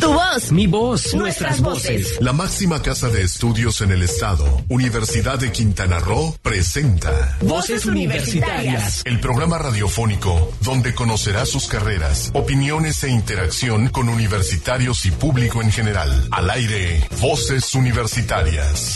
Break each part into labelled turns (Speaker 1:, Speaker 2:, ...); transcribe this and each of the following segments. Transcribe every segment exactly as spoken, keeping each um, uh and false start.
Speaker 1: Tu voz.
Speaker 2: Mi voz.
Speaker 1: Nuestras voces.
Speaker 3: La máxima casa de estudios en el estado, Universidad de Quintana Roo, presenta
Speaker 1: Voces Universitarias.
Speaker 3: El programa radiofónico donde conocerá sus carreras, opiniones e interacción con universitarios y público en general. Al aire, Voces Universitarias.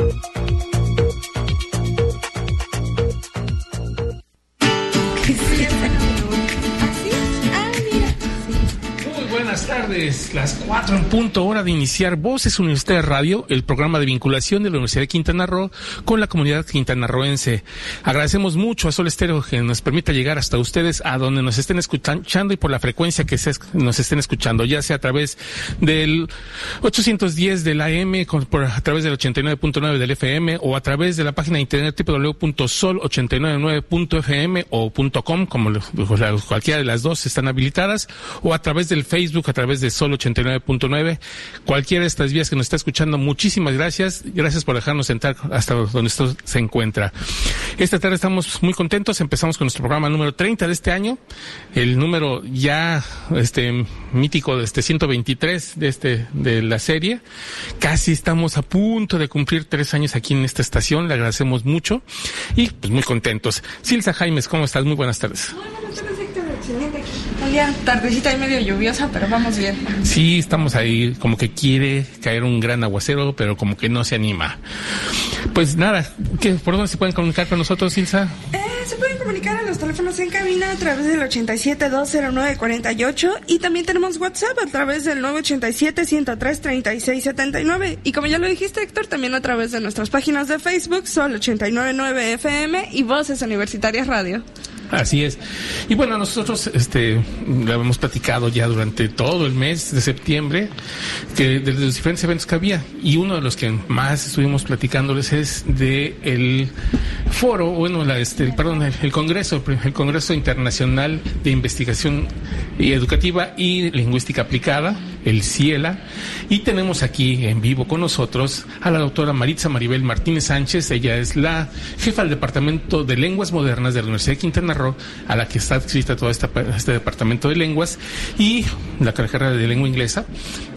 Speaker 2: Buenas tardes, las cuatro en punto, hora de iniciar Voces Universitarias Radio, el programa de vinculación de la Universidad de Quintana Roo con la comunidad quintanarroense. Agradecemos mucho a Sol Estéreo que nos permita llegar hasta ustedes a donde nos estén escuchando y por la frecuencia que se, nos estén escuchando, ya sea a través del ochocientos diez del A M, con, por, a través del ochenta y nueve punto nueve del F M o a través de la página de internet doble u doble u doble u punto sol ochenta y nueve nueve punto f m o .com, como lo, cualquiera de las dos están habilitadas, o a través del Facebook, a través de Sol ochenta y nueve punto nueve, cualquiera de estas vías que nos está escuchando, muchísimas gracias, gracias por dejarnos entrar hasta donde esto se encuentra. Esta tarde estamos muy contentos, empezamos con nuestro programa número treinta de este año, el número ya este mítico de este ciento veintitrés de este de la serie. Casi estamos a punto de cumplir tres años aquí en esta estación, le agradecemos mucho y pues muy contentos. Silsa Jaimes, ¿cómo estás? Muy buenas tardes.
Speaker 4: Muy buenas tardes, Héctor, excelente. Un día tardecita y medio lluviosa, pero vamos bien.
Speaker 2: Sí, estamos ahí, como que quiere caer un gran aguacero, pero como que no se anima. Pues nada, ¿qué, ¿por dónde se pueden comunicar con nosotros, Silsa?
Speaker 4: Eh, se pueden comunicar a los teléfonos en cabina a través del ochenta y siete, dos cero nueve, cuarenta y ocho y también tenemos WhatsApp a través del nueve ochenta y siete, ciento tres, treinta y seis setenta y nueve. Y como ya lo dijiste, Héctor, también a través de nuestras páginas de Facebook, Sol ochenta y nueve punto nueve F M y Voces Universitarias Radio.
Speaker 2: Así es. Y bueno, nosotros este lo hemos platicado ya durante todo el mes de septiembre, que de los diferentes eventos que había, y uno de los que más estuvimos platicándoles es de el foro, bueno, la, este, el, perdón, el, el Congreso, el Congreso Internacional de Investigación Educativa y Lingüística Aplicada, el CIELA, y tenemos aquí en vivo con nosotros a la doctora Maritza Maribel Martínez Sánchez. Ella es la jefa del Departamento de Lenguas Modernas de la Universidad de Quintana Roo, a la que está adscrita todo esta, este departamento de lenguas y la carrera de lengua inglesa,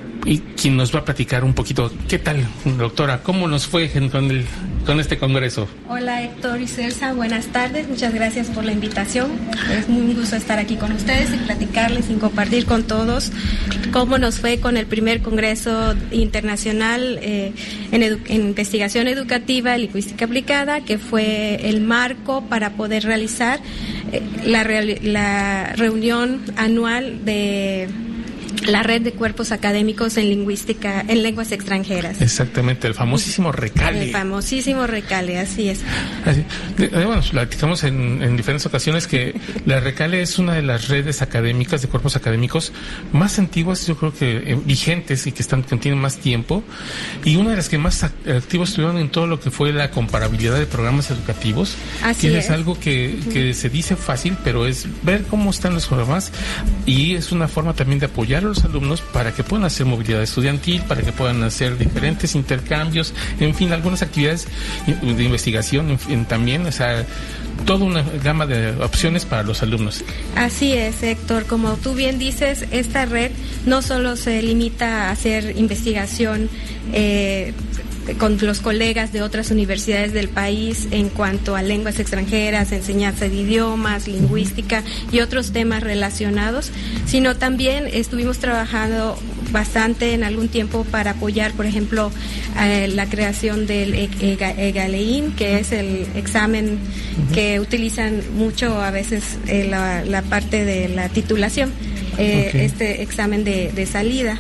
Speaker 2: y quien nos va a platicar un poquito. ¿Qué tal, doctora? ¿Cómo nos fue con, el, con este congreso?
Speaker 5: Hola, Héctor y Celsa, buenas tardes, muchas gracias por la invitación. Es muy un gusto estar aquí con ustedes y platicarles y compartir con todos cómo nos fue con el primer Congreso Internacional eh, en, edu- en Investigación Educativa y Lingüística Aplicada, que fue el marco para poder realizar eh, la, re- la reunión anual de la red de cuerpos académicos en lingüística, en lenguas extranjeras.
Speaker 2: Exactamente, el famosísimo RECALE.
Speaker 5: El famosísimo RECALE, así es.
Speaker 2: Así, de, de, bueno, platicamos en, en diferentes ocasiones que la RECALE es una de las redes académicas, de cuerpos académicos más antiguas, yo creo que eh, vigentes y que están que tienen más tiempo, y una de las que más activos estuvieron en todo lo que fue la comparabilidad de programas educativos.
Speaker 5: Así
Speaker 2: que
Speaker 5: es.
Speaker 2: es algo que,
Speaker 5: Uh-huh.
Speaker 2: que se dice fácil, pero es ver cómo están los programas, y es una forma también de apoyar a los alumnos para que puedan hacer movilidad estudiantil, para que puedan hacer diferentes intercambios, en fin, algunas actividades de investigación en fin, también, o sea, toda una gama de opciones para los alumnos.
Speaker 5: Así es, Héctor, como tú bien dices, esta red no solo se limita a hacer investigación eh, con los colegas de otras universidades del país en cuanto a lenguas extranjeras, enseñanza de idiomas, lingüística y otros temas relacionados, sino también estuvimos trabajando bastante en algún tiempo para apoyar, por ejemplo, eh, la creación del EGALEIN, que es el examen uh-huh. que utilizan mucho a veces eh, la, la parte de la titulación, eh, okay. este examen de, de salida.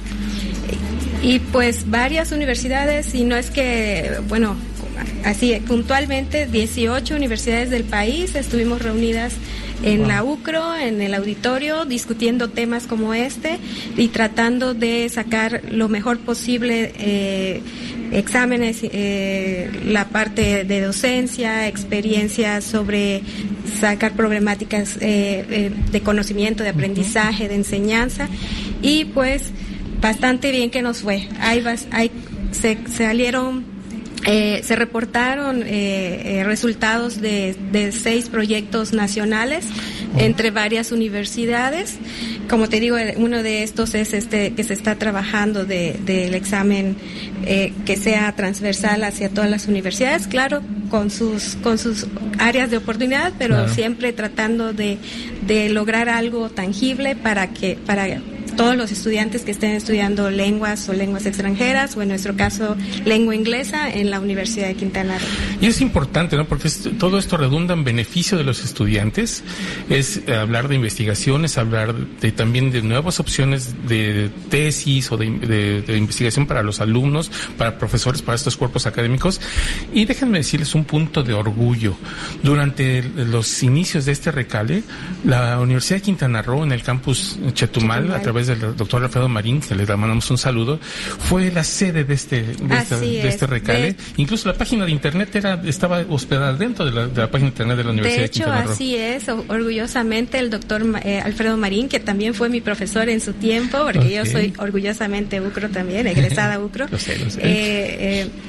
Speaker 5: Y pues varias universidades, y no es que, bueno, así puntualmente dieciocho universidades del país estuvimos reunidas en wow. la U C R O, en el auditorio, discutiendo temas como este y tratando de sacar lo mejor posible eh, exámenes, eh, la parte de docencia, experiencias sobre sacar problemáticas eh, eh, de conocimiento, de aprendizaje, uh-huh. de enseñanza, y pues bastante bien que nos fue. Hay, hay se, se salieron, eh, se reportaron eh, eh, resultados de, de seis proyectos nacionales entre varias universidades como te digo, uno de estos es este que se está trabajando de del examen eh, que sea transversal hacia todas las universidades, claro, con sus con sus áreas de oportunidad, pero claro, siempre tratando de de lograr algo tangible para que para todos los estudiantes que estén estudiando lenguas o lenguas extranjeras, o en nuestro caso lengua inglesa, en la Universidad de Quintana Roo.
Speaker 2: Y es importante, ¿no? Porque es, todo esto redunda en beneficio de los estudiantes. Es eh, hablar de investigaciones, hablar de, también de nuevas opciones de tesis o de, de, de investigación para los alumnos, para profesores, para estos cuerpos académicos. Y déjenme decirles un punto de orgullo. Durante los inicios de este recale, la Universidad de Quintana Roo, en el campus Chetumal, Chetumal. a través del doctor Alfredo Marín, que le mandamos un saludo, fue la sede de este de, esta, de este recale. De... Incluso la página de internet era estaba hospedada dentro de la, de la página de internet de la Universidad de,
Speaker 5: hecho,
Speaker 2: de Quintana Roo.
Speaker 5: Así es, orgullosamente el doctor eh, Alfredo Marín, que también fue mi profesor en su tiempo, porque okay. yo soy orgullosamente UCRO también, egresada UCRO.
Speaker 2: lo sé, lo sé.
Speaker 5: Eh, eh,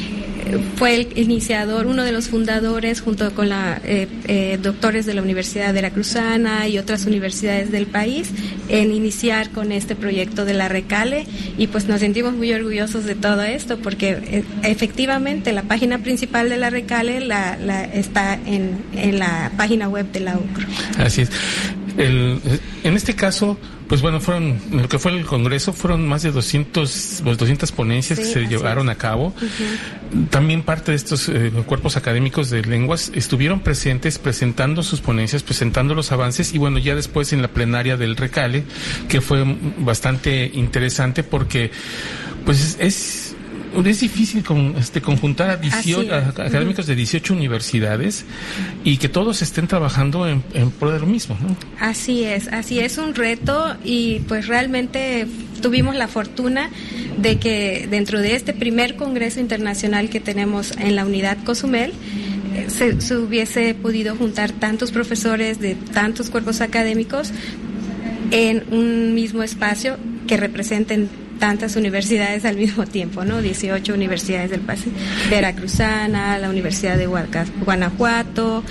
Speaker 5: fue el iniciador, uno de los fundadores, junto con la eh, eh, doctores de la Universidad Veracruzana y otras universidades del país, en iniciar con este proyecto de la Recale, y pues nos sentimos muy orgullosos de todo esto, porque eh, efectivamente la página principal de la Recale la, la está en, en la página web de la UCRO.
Speaker 2: Así es. El, en este caso, pues bueno, fueron, lo que fue el Congreso, fueron más de doscientos, doscientas ponencias sí, que se llevaron es. a cabo. Uh-huh. También parte de estos eh, cuerpos académicos de lenguas estuvieron presentes presentando sus ponencias, presentando los avances, y bueno, ya después en la plenaria del Recale, que fue bastante interesante porque pues es... Es difícil con, este, conjuntar a dieciocho, a, académicos de dieciocho universidades y que todos estén trabajando en, en pro de lo mismo, ¿no?
Speaker 5: Así es, así es un reto, y pues realmente tuvimos la fortuna de que dentro de este primer congreso internacional que tenemos en la unidad Cozumel, se, se hubiese podido juntar tantos profesores de tantos cuerpos académicos en un mismo espacio que representen tantas universidades al mismo tiempo, ¿no? dieciocho universidades del país, Veracruzana, la Universidad de Guanajuato,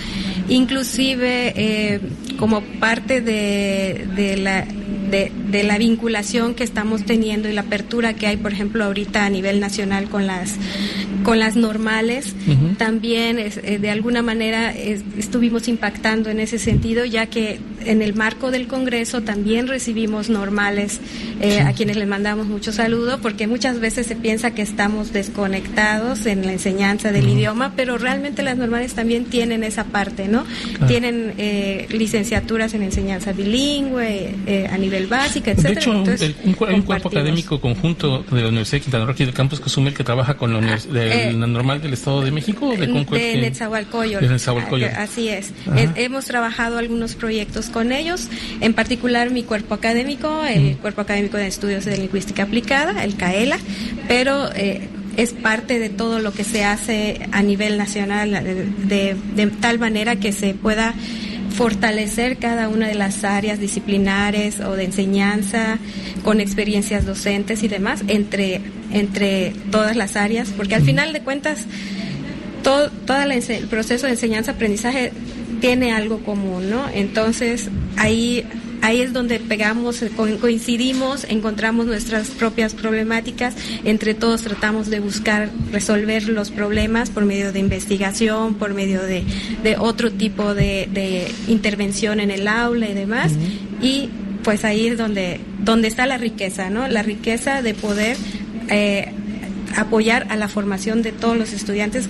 Speaker 5: inclusive eh, como parte de, de la de, de la vinculación que estamos teniendo y la apertura que hay, por ejemplo, ahorita a nivel nacional con las con las normales, uh-huh. también es, eh, de alguna manera es, estuvimos impactando en ese sentido, ya que en el marco del Congreso también recibimos normales eh, sí. a quienes les mandamos mucho saludo, porque muchas veces se piensa que estamos desconectados en la enseñanza del uh-huh. idioma, pero realmente las normales también tienen esa parte, ¿no? Claro. Tienen eh, licenciaturas en enseñanza bilingüe, eh, a nivel básica, etcétera.
Speaker 2: De hecho, Entonces, el, un, hay un cuerpo académico conjunto de la Universidad de Quintana Roo y del campus Cozumel que trabaja con la universidad Eh, ¿La normal del Estado de México? ¿O de
Speaker 5: de Netzahualcóyotl.
Speaker 2: De Netzahualcóyotl.
Speaker 5: Así es. es. Hemos trabajado algunos proyectos con ellos, en particular mi cuerpo académico, el mm. Cuerpo Académico de Estudios de Lingüística Aplicada, el CAELA, pero eh, es parte de todo lo que se hace a nivel nacional, de, de, de tal manera que se pueda fortalecer cada una de las áreas disciplinares o de enseñanza con experiencias docentes y demás entre entre todas las áreas, porque al final de cuentas todo toda la ense- el proceso de enseñanza-aprendizaje tiene algo común, ¿no? Entonces ahí ahí es donde pegamos, coincidimos, encontramos nuestras propias problemáticas, entre todos tratamos de buscar resolver los problemas por medio de investigación, por medio de, de otro tipo de, de intervención en el aula y demás, uh-huh. y pues ahí es donde, donde está la riqueza, ¿no? La riqueza de poder eh, apoyar a la formación de todos los estudiantes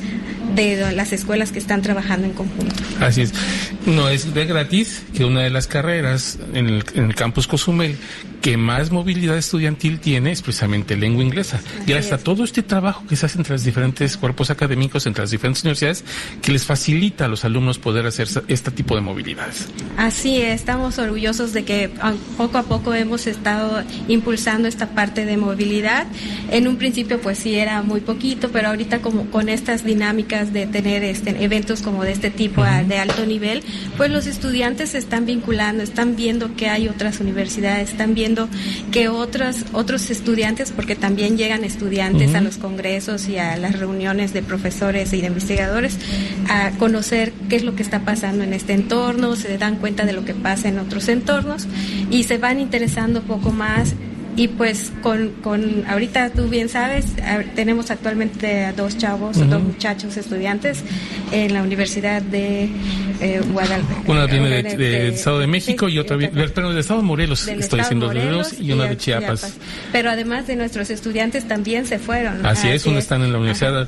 Speaker 5: de las escuelas que están trabajando en conjunto.
Speaker 2: Así es. No es de gratis que una de las carreras en el, en el campus Cozumel que más movilidad estudiantil tiene es precisamente lengua inglesa. Así Gracias es. a todo este trabajo que se hace entre los diferentes cuerpos académicos, entre las diferentes universidades, que les facilita a los alumnos poder hacer este tipo de movilidades.
Speaker 5: Así es, estamos orgullosos de que poco a poco hemos estado impulsando esta parte de movilidad. En un principio pues sí era muy poquito, pero ahorita como con estas dinámicas de tener este, eventos como de este tipo uh-huh. de alto nivel, pues los estudiantes se están vinculando, están viendo que hay otras universidades, están viendo haciendo que otros, otros estudiantes, porque también llegan estudiantes uh-huh. a los congresos y a las reuniones de profesores y de investigadores, a conocer qué es lo que está pasando en este entorno, se dan cuenta de lo que pasa en otros entornos y se van interesando poco más. Y pues con, con ahorita tú bien sabes, tenemos actualmente a dos chavos, uh-huh. dos muchachos estudiantes en la Universidad de eh, Guadalajara.
Speaker 2: Una viene del de, de, de Estado de México de, y otra viene del, del Estado de Morelos, estoy diciendo de Morelos, y una de Chiapas. Chiapas.
Speaker 5: Pero además de nuestros estudiantes también se fueron.
Speaker 2: Así, así es, uno están en la universidad.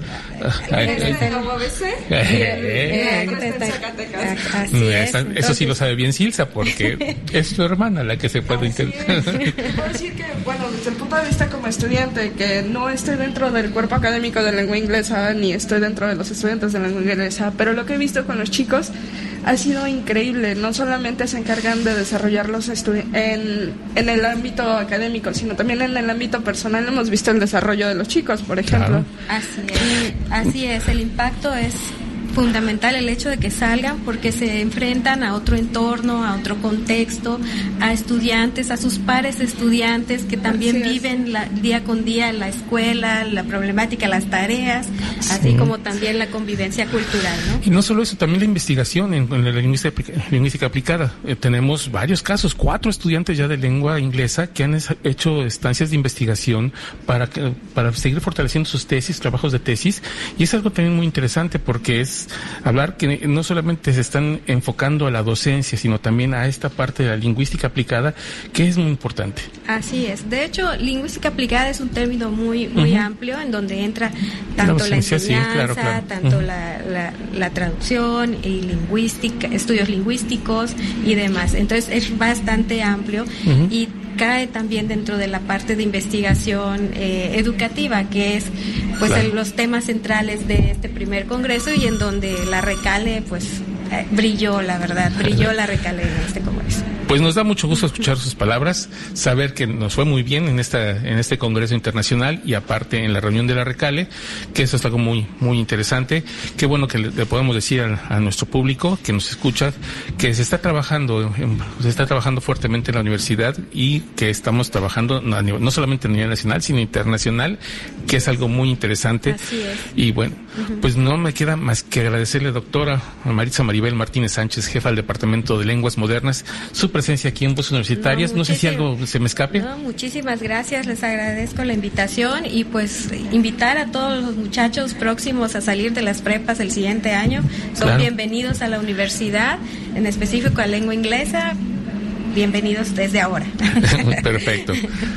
Speaker 2: Eso sí lo sabe bien Silsa, porque es su hermana la que se puede
Speaker 4: interesar. Puedo decir que, bueno, desde el punto de vista como estudiante, que no estoy dentro del cuerpo académico de lengua inglesa, ni estoy dentro de los estudiantes de lengua inglesa, pero lo que he visto con los chicos ha sido increíble. No solamente se encargan de desarrollar los estudi- en, en el ámbito académico, sino también en el ámbito personal. Hemos visto el desarrollo de los chicos, por ejemplo.
Speaker 5: Claro. Así es, así es, el impacto es fundamental, el hecho de que salgan, porque se enfrentan a otro entorno, a otro contexto, a estudiantes, a sus pares estudiantes que también viven la, día con día la escuela, la problemática, las tareas, sí. así como también la convivencia cultural, ¿no?
Speaker 2: Y no solo eso, también la investigación en, en la lingüística, lingüística aplicada. Eh, tenemos varios casos, cuatro estudiantes ya de lengua inglesa que han es, hecho estancias de investigación para, que, para seguir fortaleciendo sus tesis, trabajos de tesis, y es algo también muy interesante porque es hablar que no solamente se están enfocando a la docencia, sino también a esta parte de la lingüística aplicada, que es muy importante.
Speaker 5: Así es. De hecho, lingüística aplicada es un término muy muy uh-huh. amplio, en donde entra tanto la, docencia, la enseñanza, sí, claro, claro. tanto uh-huh. la, la, la traducción y lingüística, estudios lingüísticos y demás. Entonces, es bastante amplio uh-huh. y cae también dentro de la parte de investigación eh, educativa, que es pues claro. el, los temas centrales de este primer congreso, y en donde la Recale pues eh, brilló, la verdad, brilló la Recale en este congreso.
Speaker 2: Pues nos da mucho gusto escuchar sus palabras, saber que nos fue muy bien en esta en este congreso internacional y aparte en la reunión de la Recale, que eso es algo muy muy interesante. Qué bueno que le, le podemos decir a, a nuestro público que nos escucha que se está trabajando en, se está trabajando fuertemente en la universidad y que estamos trabajando no, no solamente a nivel nacional sino internacional, que es algo muy interesante.
Speaker 5: Así es.
Speaker 2: Y bueno, uh-huh. pues no me queda más que agradecerle, doctora Maritza Maribel Martínez Sánchez, jefa del Departamento de Lenguas Modernas, su presencia aquí en Voces Universitarias. No, no sé si algo se me escape.
Speaker 5: No, muchísimas gracias, les agradezco la invitación y pues invitar a todos los muchachos próximos a salir de las prepas el siguiente año. Son claro. bienvenidos a la universidad, en específico a lengua inglesa. Bienvenidos desde ahora.
Speaker 2: Perfecto.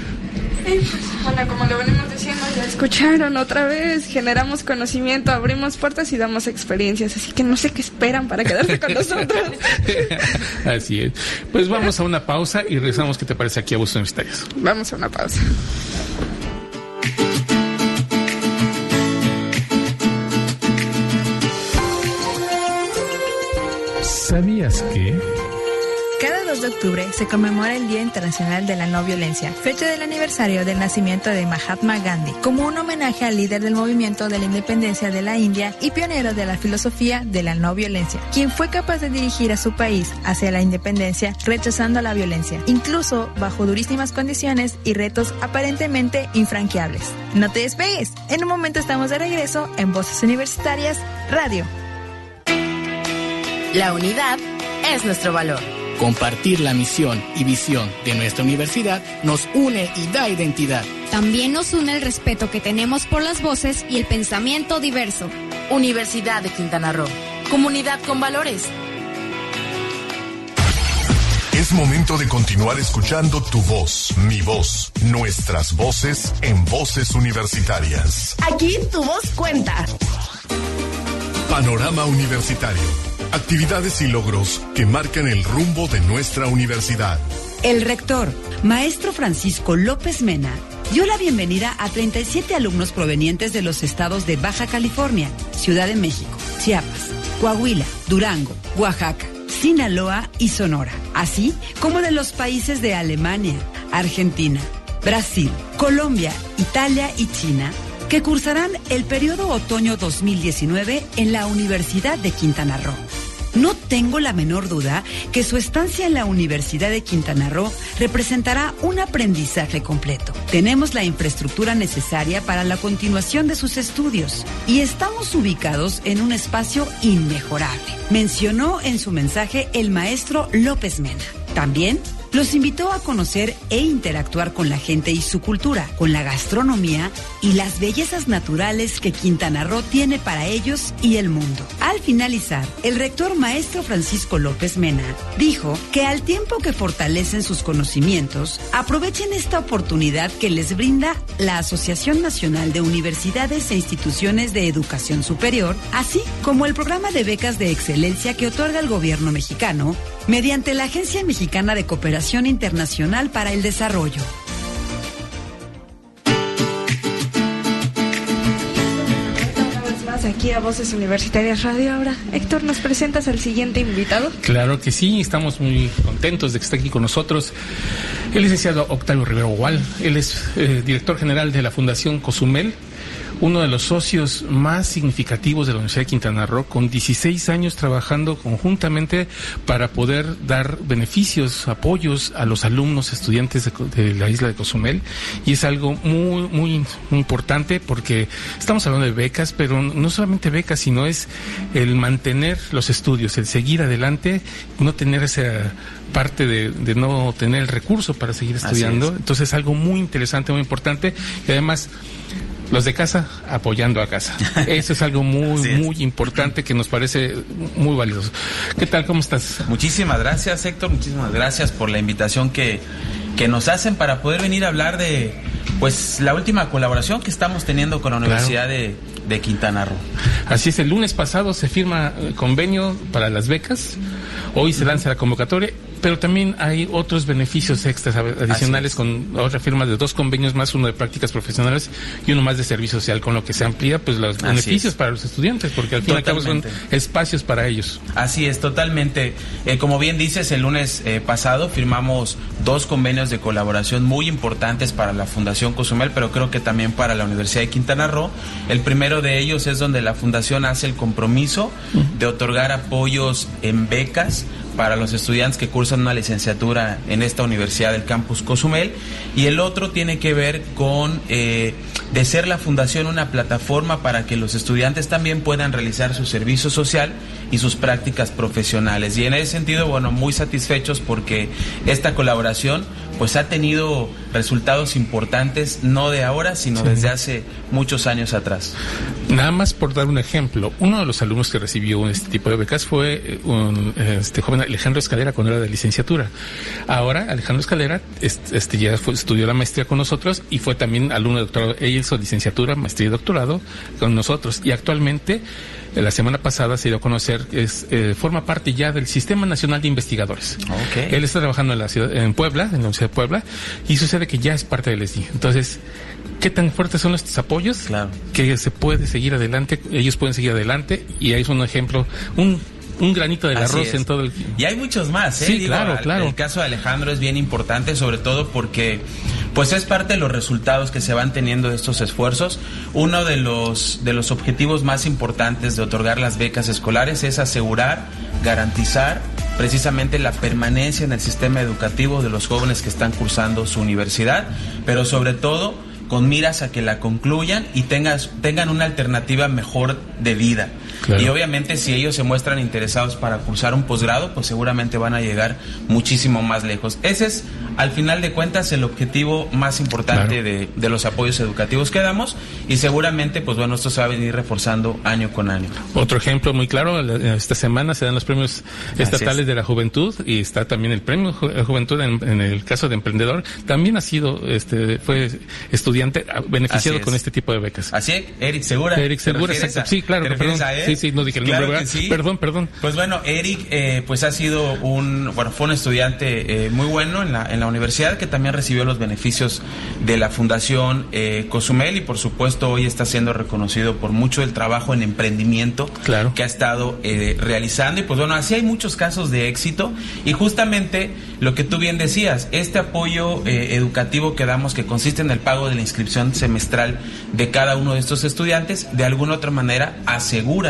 Speaker 4: Y pues, bueno, como lo venimos diciendo, ya escucharon otra vez, generamos conocimiento, abrimos puertas y damos experiencias, así que no sé qué esperan para quedarse con nosotros.
Speaker 2: Así es. Pues vamos a una pausa y regresamos. ¿Qué te parece aquí a Voces Universitarias?
Speaker 4: Vamos a una pausa.
Speaker 2: ¿Sabías que...?
Speaker 6: Cada dos de octubre se conmemora el Día Internacional de la No Violencia, fecha del aniversario del nacimiento de Mahatma Gandhi, como un homenaje al líder del movimiento de la independencia de la India y pionero de la filosofía de la no violencia, quien fue capaz de dirigir a su país hacia la independencia rechazando la violencia, incluso bajo durísimas condiciones y retos aparentemente infranqueables. No te despegues, en un momento estamos de regreso en Voces Universitarias Radio.
Speaker 1: La unidad es nuestro valor.
Speaker 7: Compartir la misión y visión de nuestra universidad nos une y da identidad.
Speaker 8: También nos une el respeto que tenemos por las voces y el pensamiento diverso.
Speaker 1: Universidad de Quintana Roo. Comunidad con valores.
Speaker 3: Es momento de continuar escuchando tu voz, mi voz, nuestras voces en Voces Universitarias.
Speaker 1: Aquí tu voz cuenta.
Speaker 3: Panorama Universitario. Actividades y logros que marcan el rumbo de nuestra universidad.
Speaker 9: El rector, maestro Francisco López Mena, dio la bienvenida a treinta y siete alumnos provenientes de los estados de Baja California, Ciudad de México, Chiapas, Coahuila, Durango, Oaxaca, Sinaloa y Sonora, así como de los países de Alemania, Argentina, Brasil, Colombia, Italia y China, que cursarán el periodo otoño dos mil diecinueve en la Universidad de Quintana Roo. No tengo la menor duda que su estancia en la Universidad de Quintana Roo representará un aprendizaje completo. Tenemos la infraestructura necesaria para la continuación de sus estudios y estamos ubicados en un espacio inmejorable, mencionó en su mensaje el maestro López Mena. También los invitó a conocer e interactuar con la gente y su cultura, con la gastronomía y las bellezas naturales que Quintana Roo tiene para ellos y el mundo. Al finalizar, el rector maestro Francisco López Mena dijo que al tiempo que fortalecen sus conocimientos, aprovechen esta oportunidad que les brinda la Asociación Nacional de Universidades e Instituciones de Educación Superior, así como el programa de becas de excelencia que otorga el gobierno mexicano mediante la Agencia Mexicana de Cooperación Internacional para el Desarrollo.
Speaker 4: Aquí a Voces Universitarias Radio. Ahora, Héctor, ¿nos presentas al siguiente invitado?
Speaker 2: Claro que sí, estamos muy contentos de que esté aquí con nosotros el licenciado Octavio Rivero Gual. Él es eh, director general de la Fundación Cozumel, uno de los socios más significativos de la Universidad de Quintana Roo, con dieciséis años trabajando conjuntamente para poder dar beneficios, apoyos a los alumnos, estudiantes de, de la isla de Cozumel, y es algo muy, muy, muy importante porque estamos hablando de becas, pero no solamente becas, sino es el mantener los estudios, el seguir adelante, no tener esa parte de, de no tener el recurso para seguir estudiando. Entonces es algo muy interesante, muy importante, y además los de casa apoyando a casa. Eso es algo muy, es. muy importante que nos parece muy valioso. ¿Qué tal? ¿Cómo estás?
Speaker 10: Muchísimas gracias, Héctor. Muchísimas gracias por la invitación que, que nos hacen para poder venir a hablar de pues la última colaboración que estamos teniendo con la Universidad claro. de, de Quintana Roo.
Speaker 2: Así es, el lunes pasado se firma convenio para las becas. Hoy se lanza la convocatoria, pero también hay otros beneficios extras adicionales con otra firma de dos convenios más, uno de prácticas profesionales y uno más de servicio social, con lo que se amplía pues los Así beneficios es. para los estudiantes, porque al fin y al cabo son espacios para ellos.
Speaker 10: Así es, totalmente. Eh, como bien dices, el lunes eh, pasado firmamos dos convenios de colaboración muy importantes para la Fundación Cozumel, pero creo que también para la Universidad de Quintana Roo. El primero de ellos es donde la Fundación hace el compromiso uh-huh. de otorgar apoyos en becas para los estudiantes que cursan una licenciatura en esta universidad del campus Cozumel, y el otro tiene que ver con eh, de ser la fundación una plataforma para que los estudiantes también puedan realizar su servicio social y sus prácticas profesionales. Y en ese sentido, bueno, muy satisfechos porque esta colaboración pues ha tenido resultados importantes, no de ahora, sino sí. desde hace muchos años atrás.
Speaker 2: Nada más por dar un ejemplo, uno de los alumnos que recibió este tipo de becas fue un este joven Alejandro Escalera cuando era de licenciatura. Ahora Alejandro Escalera este ya fue, estudió la maestría con nosotros y fue también alumno de doctorado. Él hizo licenciatura, maestría y doctorado con nosotros, y actualmente la semana pasada se dio a conocer que es, eh, forma parte ya del Sistema Nacional de Investigadores. Okay. Él está trabajando en la ciudad, en Puebla, en la Universidad de Puebla, y sucede que ya es parte del S D I. Entonces, ¿qué tan fuertes son estos apoyos? Claro. Que se puede seguir adelante, ellos pueden seguir adelante, y ahí es un ejemplo, un un granito del arroz en todo el...
Speaker 10: Y hay muchos más, ¿eh?
Speaker 2: Sí,
Speaker 10: Digo,
Speaker 2: claro, claro.
Speaker 10: El caso de Alejandro es bien importante, sobre todo porque pues es parte de los resultados que se van teniendo de estos esfuerzos. Uno de los de los objetivos más importantes de otorgar las becas escolares es asegurar, garantizar precisamente la permanencia en el sistema educativo de los jóvenes que están cursando su universidad, pero sobre todo con miras a que la concluyan y tengas, tengan una alternativa mejor de vida. Claro. Y obviamente si ellos se muestran interesados para cursar un posgrado, pues seguramente van a llegar muchísimo más lejos. Ese es, al final de cuentas, el objetivo más importante claro. de, de los apoyos educativos que damos, y seguramente, pues bueno, esto se va a venir reforzando año con año.
Speaker 2: Otro ejemplo muy claro, esta semana se dan los premios estatales de la juventud, y está también el premio Ju- Juventud en, en el caso de emprendedor, también ha sido, este, fue estudiante beneficiado con este tipo de becas.
Speaker 10: Así es, Eric Segura.
Speaker 2: Eric Segura, exacto.
Speaker 10: A,
Speaker 2: sí, claro, perdón. Sí, sí, no dije el
Speaker 10: claro
Speaker 2: nombre,
Speaker 10: sí.
Speaker 2: Perdón, perdón.
Speaker 10: Pues bueno, Eric, eh, pues ha sido un, bueno, fue un estudiante eh, muy bueno en la, en la universidad, que también recibió los beneficios de la Fundación eh, Cozumel, y por supuesto hoy está siendo reconocido por mucho el trabajo en emprendimiento claro. que ha estado eh, realizando. Y pues bueno, así hay muchos casos de éxito, y justamente lo que tú bien decías, este apoyo eh, educativo que damos, que consiste en el pago de la inscripción semestral de cada uno de estos estudiantes, de alguna otra manera asegura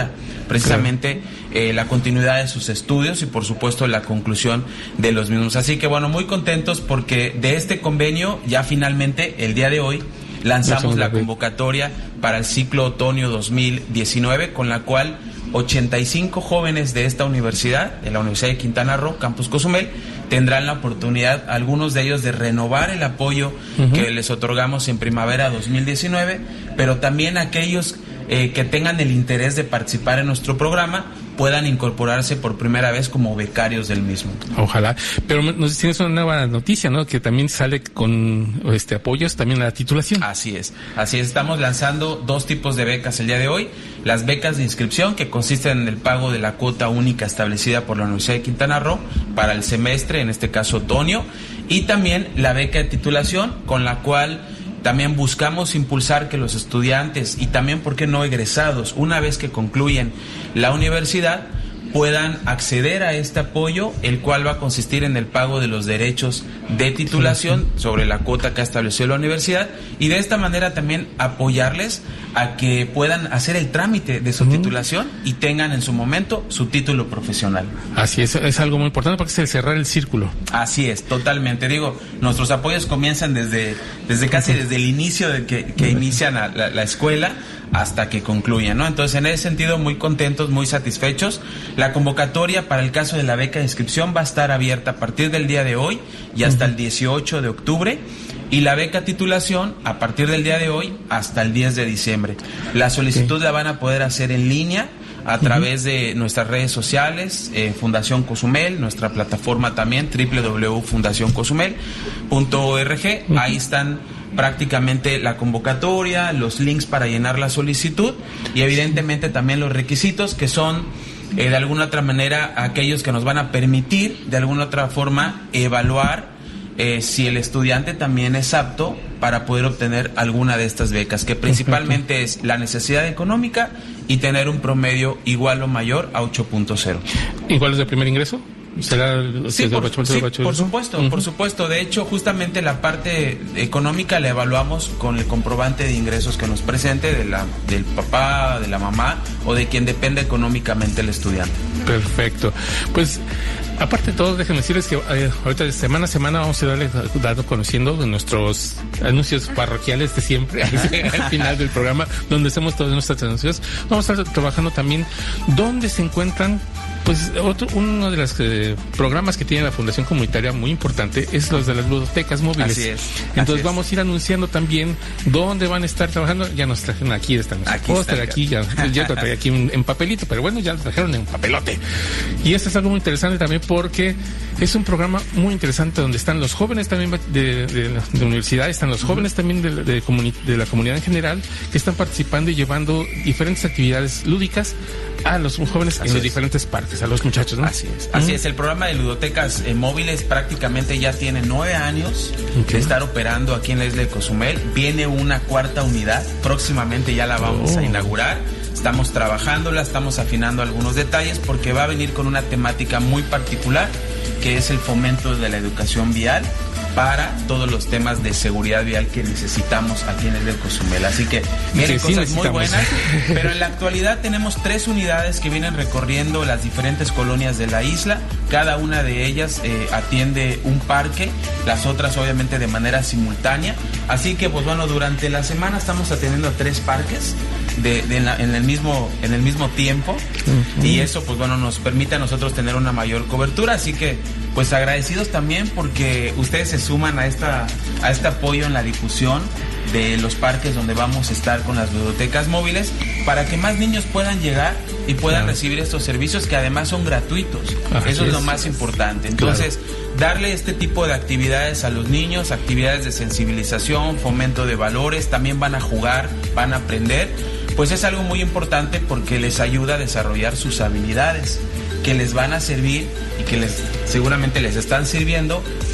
Speaker 10: precisamente eh, la continuidad de sus estudios y por supuesto la conclusión de los mismos. Así que bueno, muy contentos porque de este convenio ya finalmente el día de hoy lanzamos la convocatoria para el ciclo otoño dos mil diecinueve, con la cual ochenta y cinco jóvenes de esta universidad, de la Universidad de Quintana Roo, Campus Cozumel, tendrán la oportunidad, algunos de ellos, de renovar el apoyo uh-huh. que les otorgamos en primavera dos mil diecinueve, pero también aquellos eh, que tengan el interés de participar en nuestro programa puedan incorporarse por primera vez como becarios del mismo.
Speaker 2: Ojalá. Pero nos tienes una nueva noticia, ¿no? Que también sale con este apoyos también a la titulación.
Speaker 10: Así es. Así es. Estamos lanzando dos tipos de becas el día de hoy. Las becas de inscripción, que consisten en el pago de la cuota única establecida por la Universidad de Quintana Roo para el semestre, en este caso otoño, y también la beca de titulación, con la cual también buscamos impulsar que los estudiantes y también, ¿por qué no, egresados, una vez que concluyen la universidad, puedan acceder a este apoyo, el cual va a consistir en el pago de los derechos de titulación sobre la cuota que ha establecido la universidad, y de esta manera también apoyarles a que puedan hacer el trámite de su uh-huh. titulación y tengan en su momento su título profesional.
Speaker 2: Así es, es algo muy importante porque es el cerrar el círculo.
Speaker 10: Así es, totalmente. Digo, nuestros apoyos comienzan desde, desde casi desde el inicio de que, que inician la, la, la escuela hasta que concluyan, ¿no? Entonces, en ese sentido, muy contentos, muy satisfechos. La convocatoria para el caso de la beca de inscripción va a estar abierta a partir del día de hoy y hasta uh-huh. el dieciocho de octubre. Y la beca titulación a partir del día de hoy hasta el diez de diciembre. La solicitud okay. la van a poder hacer en línea a través uh-huh. de nuestras redes sociales, eh, Fundación Cozumel, nuestra plataforma también, doble u doble u doble u punto fundación cozumel punto org. Uh-huh. Ahí están prácticamente la convocatoria, los links para llenar la solicitud y evidentemente también los requisitos, que son eh, de alguna otra manera aquellos que nos van a permitir de alguna otra forma evaluar Eh, si el estudiante también es apto para poder obtener alguna de estas becas, que principalmente es la necesidad económica y tener un promedio igual o mayor a ocho punto cero.
Speaker 2: ¿Igual es de primer ingreso? ¿Será
Speaker 10: sí, por, sí, por supuesto, uh-huh. por supuesto. De hecho, justamente la parte económica la evaluamos con el comprobante de ingresos que nos presente de la, del papá, de la mamá o de quien depende económicamente el estudiante.
Speaker 2: Perfecto. Pues aparte de todo, déjenme decirles que eh, ahorita de semana a semana vamos a darles dando conociendo de nuestros anuncios parroquiales de siempre al final del programa, donde hacemos todas nuestras anuncios. Vamos a estar trabajando también dónde se encuentran. Pues otro, uno de los eh, programas que tiene la Fundación Comunitaria muy importante es los de las ludotecas móviles.
Speaker 10: Así es.
Speaker 2: Entonces
Speaker 10: así
Speaker 2: vamos
Speaker 10: es.
Speaker 2: a ir anunciando también dónde van a estar trabajando. Ya nos trajeron aquí, están los
Speaker 10: aquí
Speaker 2: póster,
Speaker 10: está,
Speaker 2: aquí ya, ya lo traía aquí en, en papelito, pero bueno, ya lo trajeron en papelote. Y esto es algo muy interesante también porque es un programa muy interesante donde están los jóvenes también de, de, de la universidad, están los jóvenes uh-huh. también de, de, de, comuni- de la comunidad en general, que están participando y llevando diferentes actividades lúdicas a los jóvenes así en los es. diferentes parques, a los muchachos, ¿no?
Speaker 10: Así es, así uh-huh. es. El programa de ludotecas eh, móviles prácticamente ya tiene nueve años okay. de estar operando aquí en la isla de Cozumel. Viene una cuarta unidad, próximamente ya la vamos oh. a inaugurar. Estamos trabajándola, estamos afinando algunos detalles porque va a venir con una temática muy particular, que es el fomento de la educación vial para todos los temas de seguridad vial que necesitamos aquí en el de Cozumel. Así que vienen sí, cosas sí muy buenas, pero en la actualidad tenemos tres unidades que vienen recorriendo las diferentes colonias de la isla. Cada una de ellas eh, atiende un parque, las otras obviamente de manera simultánea. Así que pues bueno, durante la semana estamos atendiendo a tres parques de, de en, la, en el mismo en el mismo tiempo uh-huh. y eso pues bueno nos permite a nosotros tener una mayor cobertura. Así que pues agradecidos también porque ustedes se suman a esta a este apoyo en la difusión de los parques donde vamos a estar con las ludotecas móviles para que más niños puedan llegar y puedan claro. recibir estos servicios que además son gratuitos. Así Eso es, es lo más importante. Entonces, claro. darle este tipo de actividades a los niños, actividades de sensibilización, fomento de valores, también van a jugar, van a aprender, pues es algo muy importante porque les ayuda a desarrollar sus habilidades que les van a servir y que les seguramente les están sirviendo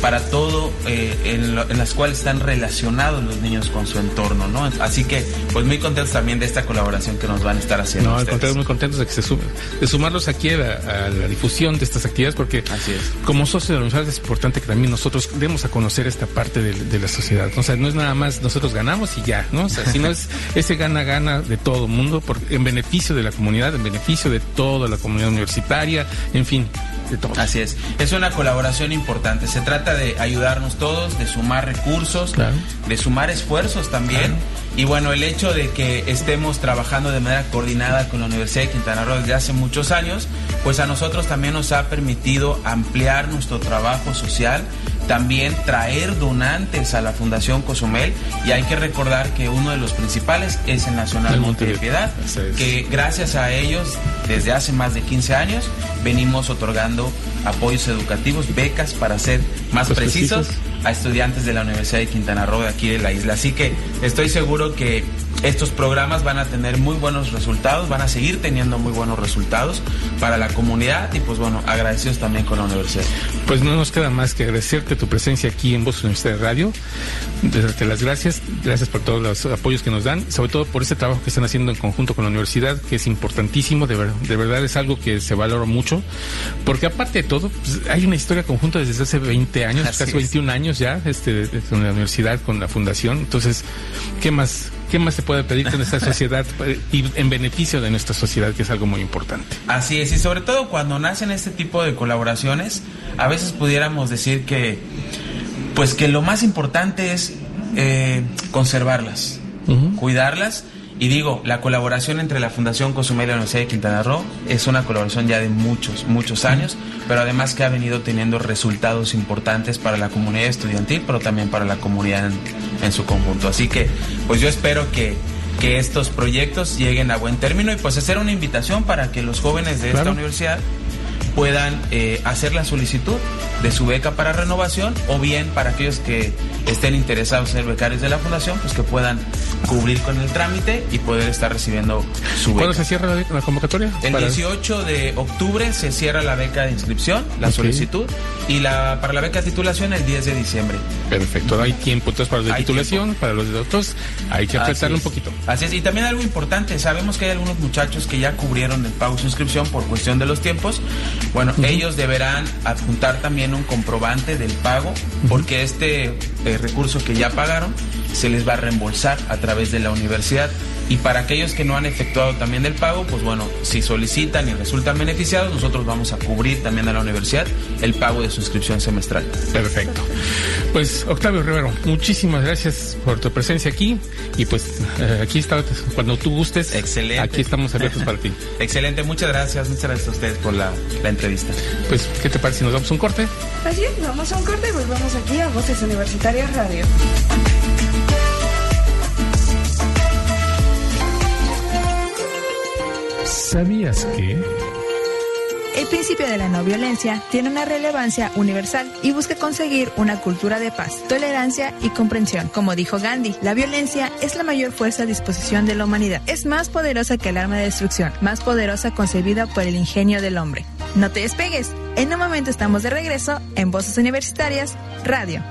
Speaker 10: para todo eh, en, lo, en las cuales están relacionados los niños con su entorno, ¿no? Así que, pues muy contentos también de esta colaboración que nos van a estar haciendo.
Speaker 2: No, al
Speaker 10: ustedes.
Speaker 2: contrario, muy contentos de que se sumen, de sumarlos aquí a la, a la difusión de estas actividades, porque
Speaker 10: Así es.
Speaker 2: como socios de la universidad es importante que también nosotros demos a conocer esta parte de, de la sociedad. O sea, no es nada más nosotros ganamos y ya, ¿no? O sea, sino es ese gana-gana de todo el mundo, por, en beneficio de la comunidad, en beneficio de toda la comunidad universitaria, en fin, de todo.
Speaker 10: Así es. Es una colaboración importante. Se trata de ayudarnos todos, de sumar recursos,
Speaker 2: Claro.
Speaker 10: de sumar esfuerzos también.
Speaker 2: Claro.
Speaker 10: Y bueno, el hecho de que estemos trabajando de manera coordinada con la Universidad de Quintana Roo desde hace muchos años, pues a nosotros también nos ha permitido ampliar nuestro trabajo social, también traer donantes a la Fundación Cozumel, y hay que recordar que uno de los principales es el Nacional
Speaker 2: El
Speaker 10: Monte de
Speaker 2: Monte de
Speaker 10: Piedad,
Speaker 2: Piedad.
Speaker 10: que gracias a ellos desde hace más de quince años venimos otorgando apoyos educativos, becas para ser más
Speaker 2: Pues
Speaker 10: precisos,
Speaker 2: precisos.
Speaker 10: a estudiantes de la Universidad de Quintana Roo de aquí de la isla. Así que estoy seguro que estos programas van a tener muy buenos resultados, van a seguir teniendo muy buenos resultados para la comunidad, y pues bueno, agradecidos también con la universidad.
Speaker 2: Pues no nos queda más que agradecerte tu presencia aquí en Voz Universitaria Radio, darte las gracias, gracias por todos los apoyos que nos dan, sobre todo por ese trabajo que están haciendo en conjunto con la universidad, que es importantísimo, de, ver, de verdad es algo que se valora mucho, porque aparte de todo, pues, hay una historia conjunta desde hace veinte años,
Speaker 10: Así
Speaker 2: casi
Speaker 10: es.
Speaker 2: veintiún años ya, este, con la universidad, con la fundación. Entonces, ¿qué más? ¿Qué más se puede pedir con esta sociedad y en beneficio de nuestra sociedad, que es algo muy importante?
Speaker 10: Así es, y sobre todo cuando nacen este tipo de colaboraciones, a veces pudiéramos decir que, pues que lo más importante es eh, conservarlas,
Speaker 2: Uh-huh.
Speaker 10: cuidarlas. Y digo, la colaboración entre la Fundación Cozumel y la Universidad de Quintana Roo es una colaboración ya de muchos, muchos años, pero además que ha venido teniendo resultados importantes para la comunidad estudiantil, pero también para la comunidad en, en su conjunto. Así que, pues yo espero que, que estos proyectos lleguen a buen término, y pues hacer una invitación para que los jóvenes de
Speaker 2: Claro.
Speaker 10: esta universidad puedan eh, hacer la solicitud de su beca para renovación, o bien para aquellos que estén interesados en ser becarios de la fundación, pues que puedan cubrir con el trámite y poder estar recibiendo su beca.
Speaker 2: ¿Cuándo se cierra la, la convocatoria?
Speaker 10: El
Speaker 2: Para-
Speaker 10: dieciocho de octubre se cierra la beca de inscripción, la
Speaker 2: Ok.
Speaker 10: solicitud, y la para la beca de titulación el diez de diciembre.
Speaker 2: Perfecto, hay tiempo entonces para los de
Speaker 10: Hay
Speaker 2: titulación,
Speaker 10: tiempo.
Speaker 2: para los de otros, hay que
Speaker 10: Así
Speaker 2: apretarle un
Speaker 10: es.
Speaker 2: poquito.
Speaker 10: Así es, y también algo importante, sabemos que hay algunos muchachos que ya cubrieron el pago de su inscripción por cuestión de los tiempos. Bueno,
Speaker 2: Ujú.
Speaker 10: ellos deberán adjuntar también un comprobante del pago, porque este eh, recurso que ya pagaron se les va a reembolsar a través de la universidad. Y para aquellos que no han efectuado también el pago, pues bueno, si solicitan y resultan beneficiados, nosotros vamos a cubrir también a la universidad el pago de su inscripción semestral.
Speaker 2: Perfecto. Pues Octavio Rivero, muchísimas gracias por tu presencia aquí, y pues eh, aquí está, cuando tú gustes.
Speaker 10: Excelente.
Speaker 2: Aquí estamos abiertos para ti.
Speaker 10: Excelente, muchas gracias, muchas gracias a ustedes por la, la entrevista.
Speaker 2: Pues, ¿qué te parece si nos damos un corte?
Speaker 4: Así es, vamos a un corte y volvemos aquí a Voces Universitarias Radio.
Speaker 2: ¿Sabías que?
Speaker 6: El principio de la no violencia tiene una relevancia universal y busca conseguir una cultura de paz, tolerancia y comprensión. Como dijo Gandhi, la violencia es la mayor fuerza a disposición de la humanidad. Es más poderosa que el arma de destrucción, más poderosa concebida por el ingenio del hombre. No te despegues, en un momento estamos de regreso en Voces Universitarias Radio.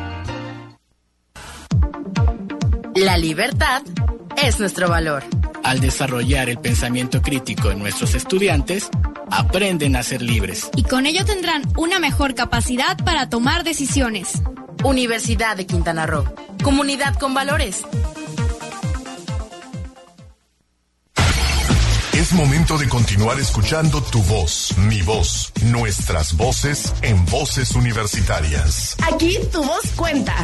Speaker 1: La libertad es nuestro valor.
Speaker 7: Al desarrollar el pensamiento crítico en nuestros estudiantes, aprenden a ser libres.
Speaker 8: Y con ello tendrán una mejor capacidad para tomar decisiones.
Speaker 1: Universidad de Quintana Roo. Comunidad con valores.
Speaker 3: Es momento de continuar escuchando tu voz, mi voz, nuestras voces en Voces Universitarias.
Speaker 11: Aquí tu voz cuenta.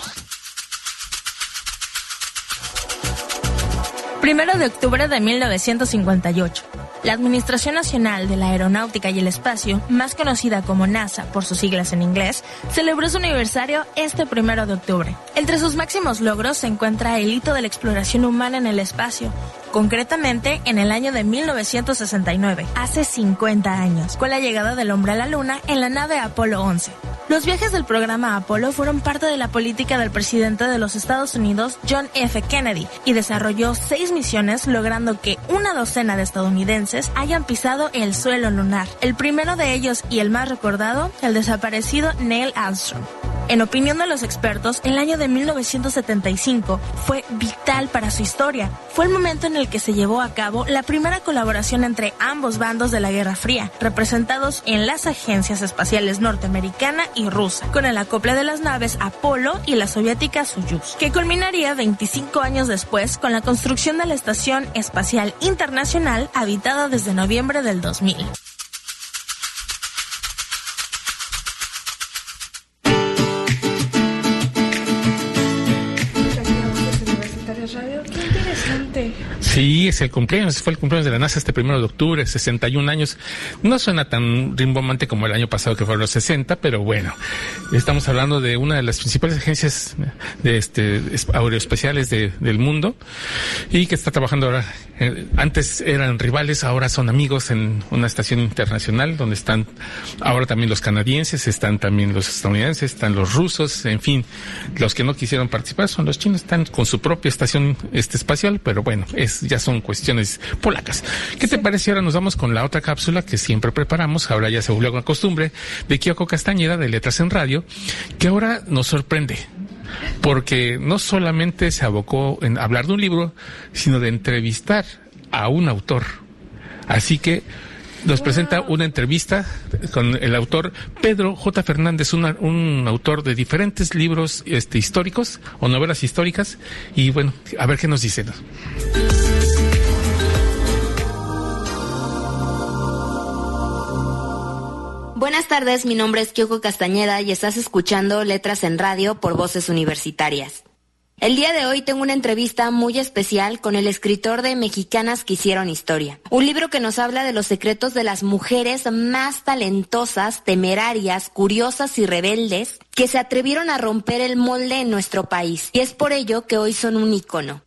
Speaker 12: Primero de octubre de mil novecientos cincuenta y ocho. La Administración Nacional de la Aeronáutica y el Espacio, más conocida como NASA por sus siglas en inglés, celebró su aniversario este primero de octubre. Entre sus máximos logros se encuentra el hito de la exploración humana en el espacio, concretamente en el año de mil novecientos sesenta y nueve, hace cincuenta años, con la llegada del hombre a la Luna en la nave Apolo once. Los viajes del programa Apolo fueron parte de la política del presidente de los Estados Unidos, John F. Kennedy, y desarrolló seis misiones, logrando que una docena de estadounidenses hayan pisado el suelo lunar. El primero de ellos y el más recordado, el desaparecido Neil Armstrong. En opinión de los expertos, el año de mil novecientos setenta y cinco fue vital para su historia. Fue el momento en el que se llevó a cabo la primera colaboración entre ambos bandos de la Guerra Fría, representados en las agencias espaciales norteamericana y rusa, con el acople de las naves Apolo y la soviética Soyuz, que culminaría veinticinco años después con la construcción de la Estación Espacial Internacional, habitada desde noviembre del dos mil.
Speaker 2: Sí, es el cumpleaños, fue el cumpleaños de la NASA este primero de octubre, sesenta y un años. No suena tan rimbombante como el año pasado que fueron los sesenta, pero bueno, estamos hablando de una de las principales agencias de este aeroespaciales de, del mundo y que está trabajando ahora. Eh, antes eran rivales, ahora son amigos en una estación internacional donde están ahora también los canadienses, están también los estadounidenses, están los rusos, en fin, los que no quisieron participar son los chinos, están con su propia estación este espacial, pero bueno, es ya son cuestiones polacas. ¿Qué te parece si ahora nos vamos con la otra cápsula que siempre preparamos? Ahora ya se volvió una costumbre, de Kyoko Castañeda, de Letras en Radio, que ahora nos sorprende, porque no solamente se abocó en hablar de un libro, sino de entrevistar a un autor. Así que nos presenta una entrevista con el autor Pedro J. Fernández, una, un autor de diferentes libros este, históricos o novelas históricas. Y bueno, a ver qué nos dice, ¿no?
Speaker 13: Buenas tardes, mi nombre es Kyoko Castañeda y estás escuchando Letras en Radio por Voces Universitarias. El día de hoy tengo una entrevista muy especial con el escritor de Mexicanas que hicieron historia, un libro que nos habla de los secretos de las mujeres más talentosas, temerarias, curiosas y rebeldes que se atrevieron a romper el molde en nuestro país, y es por ello que hoy son un ícono.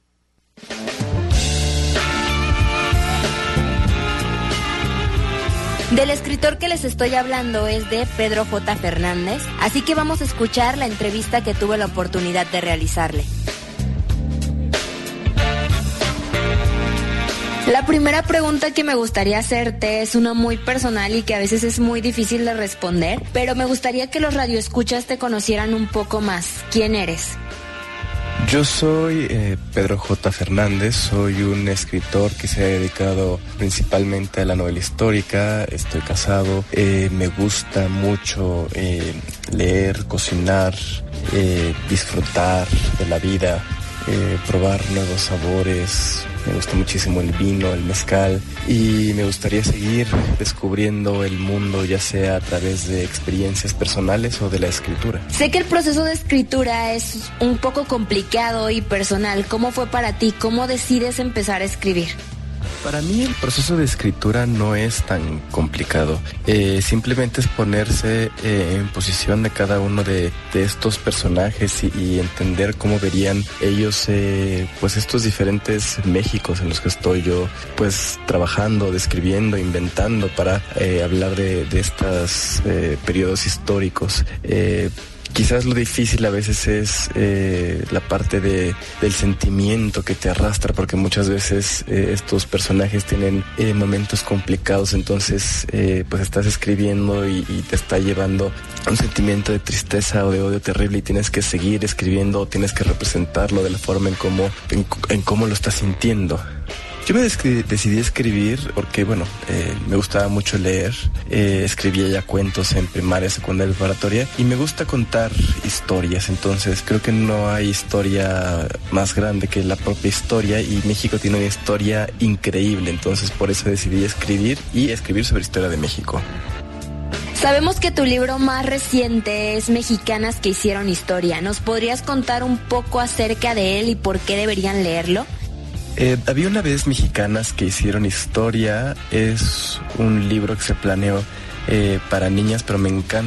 Speaker 13: Del escritor que les estoy hablando es de Pedro J. Fernández, así que vamos a escuchar la entrevista que tuve la oportunidad de realizarle. La primera pregunta que me gustaría hacerte es una muy personal y que a veces es muy difícil de responder, pero me gustaría que los radioescuchas te conocieran un poco más. ¿Quién eres?
Speaker 14: Yo soy eh, Pedro J. Fernández, soy un escritor que se ha dedicado principalmente a la novela histórica, estoy casado, eh, me gusta mucho eh, leer, cocinar, eh, disfrutar de la vida, eh, probar nuevos sabores. Me gusta muchísimo el vino, el mezcal, y me gustaría seguir descubriendo el mundo, ya sea a través de experiencias personales o de la escritura.
Speaker 13: Sé que el proceso de escritura es un poco complicado y personal. ¿Cómo fue para ti? ¿Cómo decides empezar a escribir?
Speaker 14: Para mí el proceso de escritura no es tan complicado. Eh, simplemente es ponerse eh, en posición de cada uno de, de estos personajes y, y entender cómo verían ellos eh, pues estos diferentes Méxicos en los que estoy yo pues trabajando, describiendo, inventando para eh, hablar de, de estos eh, periodos históricos. Eh, Quizás lo difícil a veces es eh, la parte de, del sentimiento que te arrastra, porque muchas veces eh, estos personajes tienen eh, momentos complicados, entonces eh, pues estás escribiendo y, y te está llevando a un sentimiento de tristeza o de odio terrible y tienes que seguir escribiendo o tienes que representarlo de la forma en cómo, en, en cómo lo estás sintiendo. Yo me decidí escribir porque, bueno, eh, me gustaba mucho leer, eh, escribía ya cuentos en primaria, secundaria, preparatoria, y me gusta contar historias, entonces creo que no hay historia más grande que la propia historia, y México tiene una historia increíble, entonces por eso decidí escribir y escribir sobre historia de México.
Speaker 13: Sabemos que tu libro más reciente es Mexicanas que hicieron historia. ¿Nos podrías contar un poco acerca de él y por qué deberían leerlo?
Speaker 14: Eh, había una vez Mexicanas que hicieron historia, es un libro que se planeó eh, para niñas, pero me encanta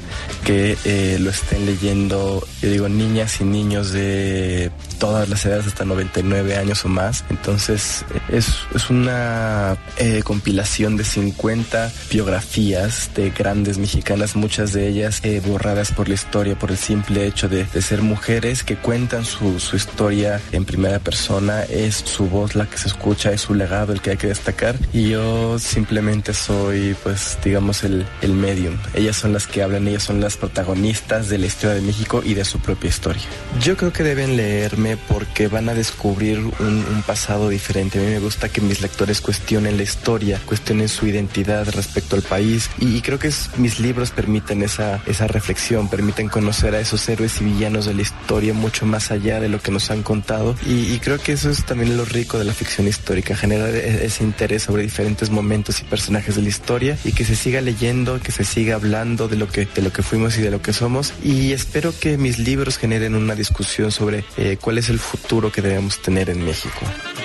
Speaker 14: que eh, lo estén leyendo, yo digo, niñas y niños de todas las edades hasta noventa y nueve años o más. Entonces es, es una eh, compilación de cincuenta biografías de grandes mexicanas, muchas de ellas eh, borradas por la historia, por el simple hecho de, de ser mujeres que cuentan su, su historia en primera persona. Es su voz la que se escucha, es su legado el que hay que destacar, y yo simplemente soy, pues, digamos, el, el medium. Ellas son las que hablan, ellas son las protagonistas de la historia de México y de su propia historia. Yo creo que deben leerme porque van a descubrir un, un pasado diferente. A mí me gusta que mis lectores cuestionen la historia, cuestionen su identidad respecto al país, y, y creo que es, mis libros permiten esa, esa reflexión, permiten conocer a esos héroes y villanos de la historia mucho más allá de lo que nos han contado, y, y creo que eso es también lo rico de la ficción histórica, generar ese interés sobre diferentes momentos y personajes de la historia, y que se siga leyendo, que se siga hablando de lo que, de lo que fuimos y de lo que somos, y espero que mis libros generen una discusión sobre eh, cuál es el futuro que debemos tener en México.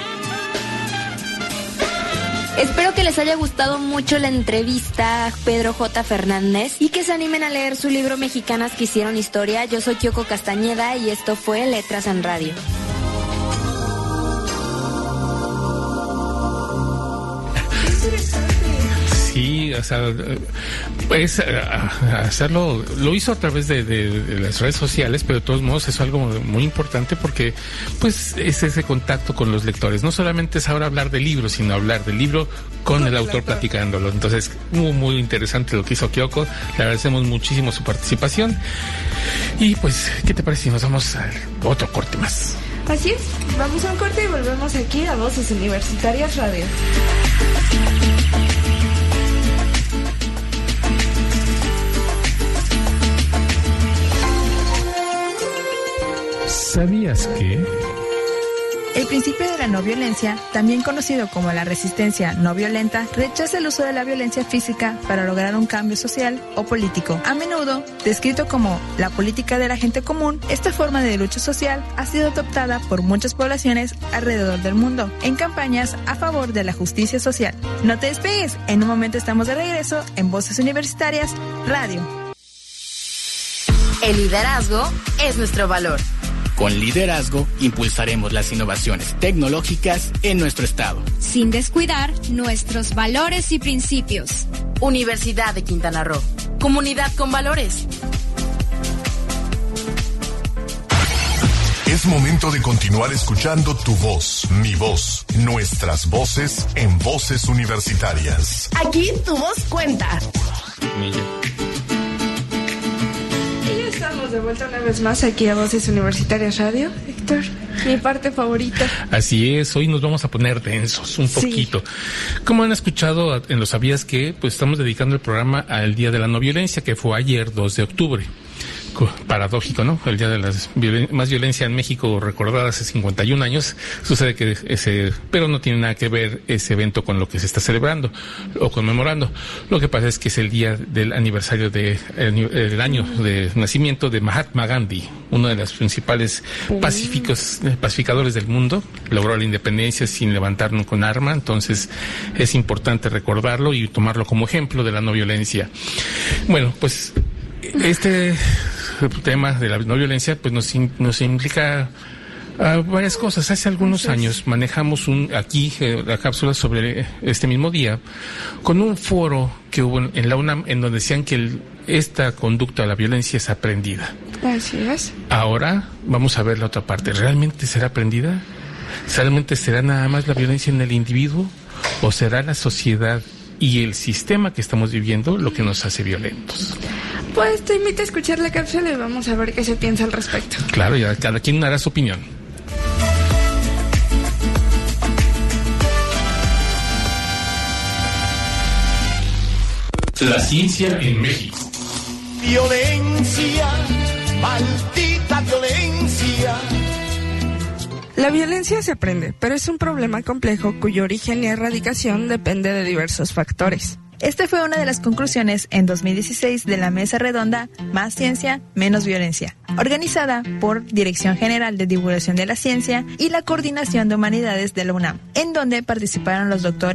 Speaker 13: Espero que les haya gustado mucho la entrevista a Pedro J. Fernández y que se animen a leer su libro Mexicanas que hicieron historia. Yo soy Kyoko Castañeda y esto fue Letras en Radio.
Speaker 2: Sí, o sea, pues hacerlo, lo hizo a través de, de, de las redes sociales, pero de todos modos es algo muy importante porque pues es ese contacto con los lectores. No solamente es ahora hablar del libro, sino hablar del libro con no, el autor claro. platicándolo. Entonces, muy, muy interesante lo que hizo Kyoko. Le agradecemos muchísimo su participación. Y pues, ¿qué te parece si nos vamos a otro corte más?
Speaker 4: Así es, vamos a un corte y volvemos aquí a Voces Universitarias Radio.
Speaker 2: ¿Sabías que?
Speaker 6: El principio de la no violencia, también conocido como la resistencia no violenta, rechaza el uso de la violencia física para lograr un cambio social o político. A menudo, descrito como la política de la gente común, esta forma de lucha social ha sido adoptada por muchas poblaciones alrededor del mundo en campañas a favor de la justicia social. No te despegues, en un momento estamos de regreso en Voces Universitarias Radio.
Speaker 1: El liderazgo es nuestro valor.
Speaker 7: Con liderazgo, impulsaremos las innovaciones tecnológicas en nuestro estado,
Speaker 8: sin descuidar nuestros valores y principios.
Speaker 1: Universidad de Quintana Roo. Comunidad con valores.
Speaker 3: Es momento de continuar escuchando tu voz, mi voz, nuestras voces en Voces Universitarias.
Speaker 11: Aquí tu voz cuenta.
Speaker 4: Estamos de vuelta una vez más aquí a Voces Universitarias Radio. Héctor, mi parte favorita.
Speaker 2: Así es, hoy nos vamos a poner densos un poquito. Sí. Como han escuchado en Lo Sabías Que, pues estamos dedicando el programa al Día de la No Violencia, que fue ayer, dos de octubre. Paradójico, ¿no? El día de la violen- más violencia en México recordada hace cincuenta y un años. Sucede que ese, pero no tiene nada que ver ese evento con lo que se está celebrando o conmemorando. Lo que pasa es que es el día del aniversario de el, el año de nacimiento de Mahatma Gandhi, uno de los principales pacíficos, pacificadores del mundo. Logró la independencia sin levantarnos con arma, entonces es importante recordarlo y tomarlo como ejemplo de la no violencia. Bueno, pues este tema de la no violencia pues nos, nos implica uh, varias cosas. Hace algunos años manejamos un aquí eh, la cápsula sobre este mismo día con un foro que hubo en, en la UNAM en donde decían que el, esta conducta de la violencia es aprendida.
Speaker 4: Así es.
Speaker 2: Ahora vamos a ver la otra parte. ¿Realmente será aprendida? ¿Realmente será nada más la violencia en el individuo? ¿O será la sociedad y el sistema que estamos viviendo lo que nos hace violentos?
Speaker 4: Pues te invito a escuchar la cápsula y vamos a ver qué se piensa al respecto.
Speaker 2: Claro, ya cada quien hará su opinión. La ciencia en México.
Speaker 11: Violencia, maldita violencia.
Speaker 4: La violencia se aprende, pero es un problema complejo cuyo origen y erradicación depende de diversos factores.
Speaker 6: Esta fue una de las conclusiones en dos mil dieciséis de la Mesa Redonda Más Ciencia, Menos Violencia, organizada por Dirección General de Divulgación de la Ciencia y la Coordinación de Humanidades de la UNAM, en donde participaron los doctores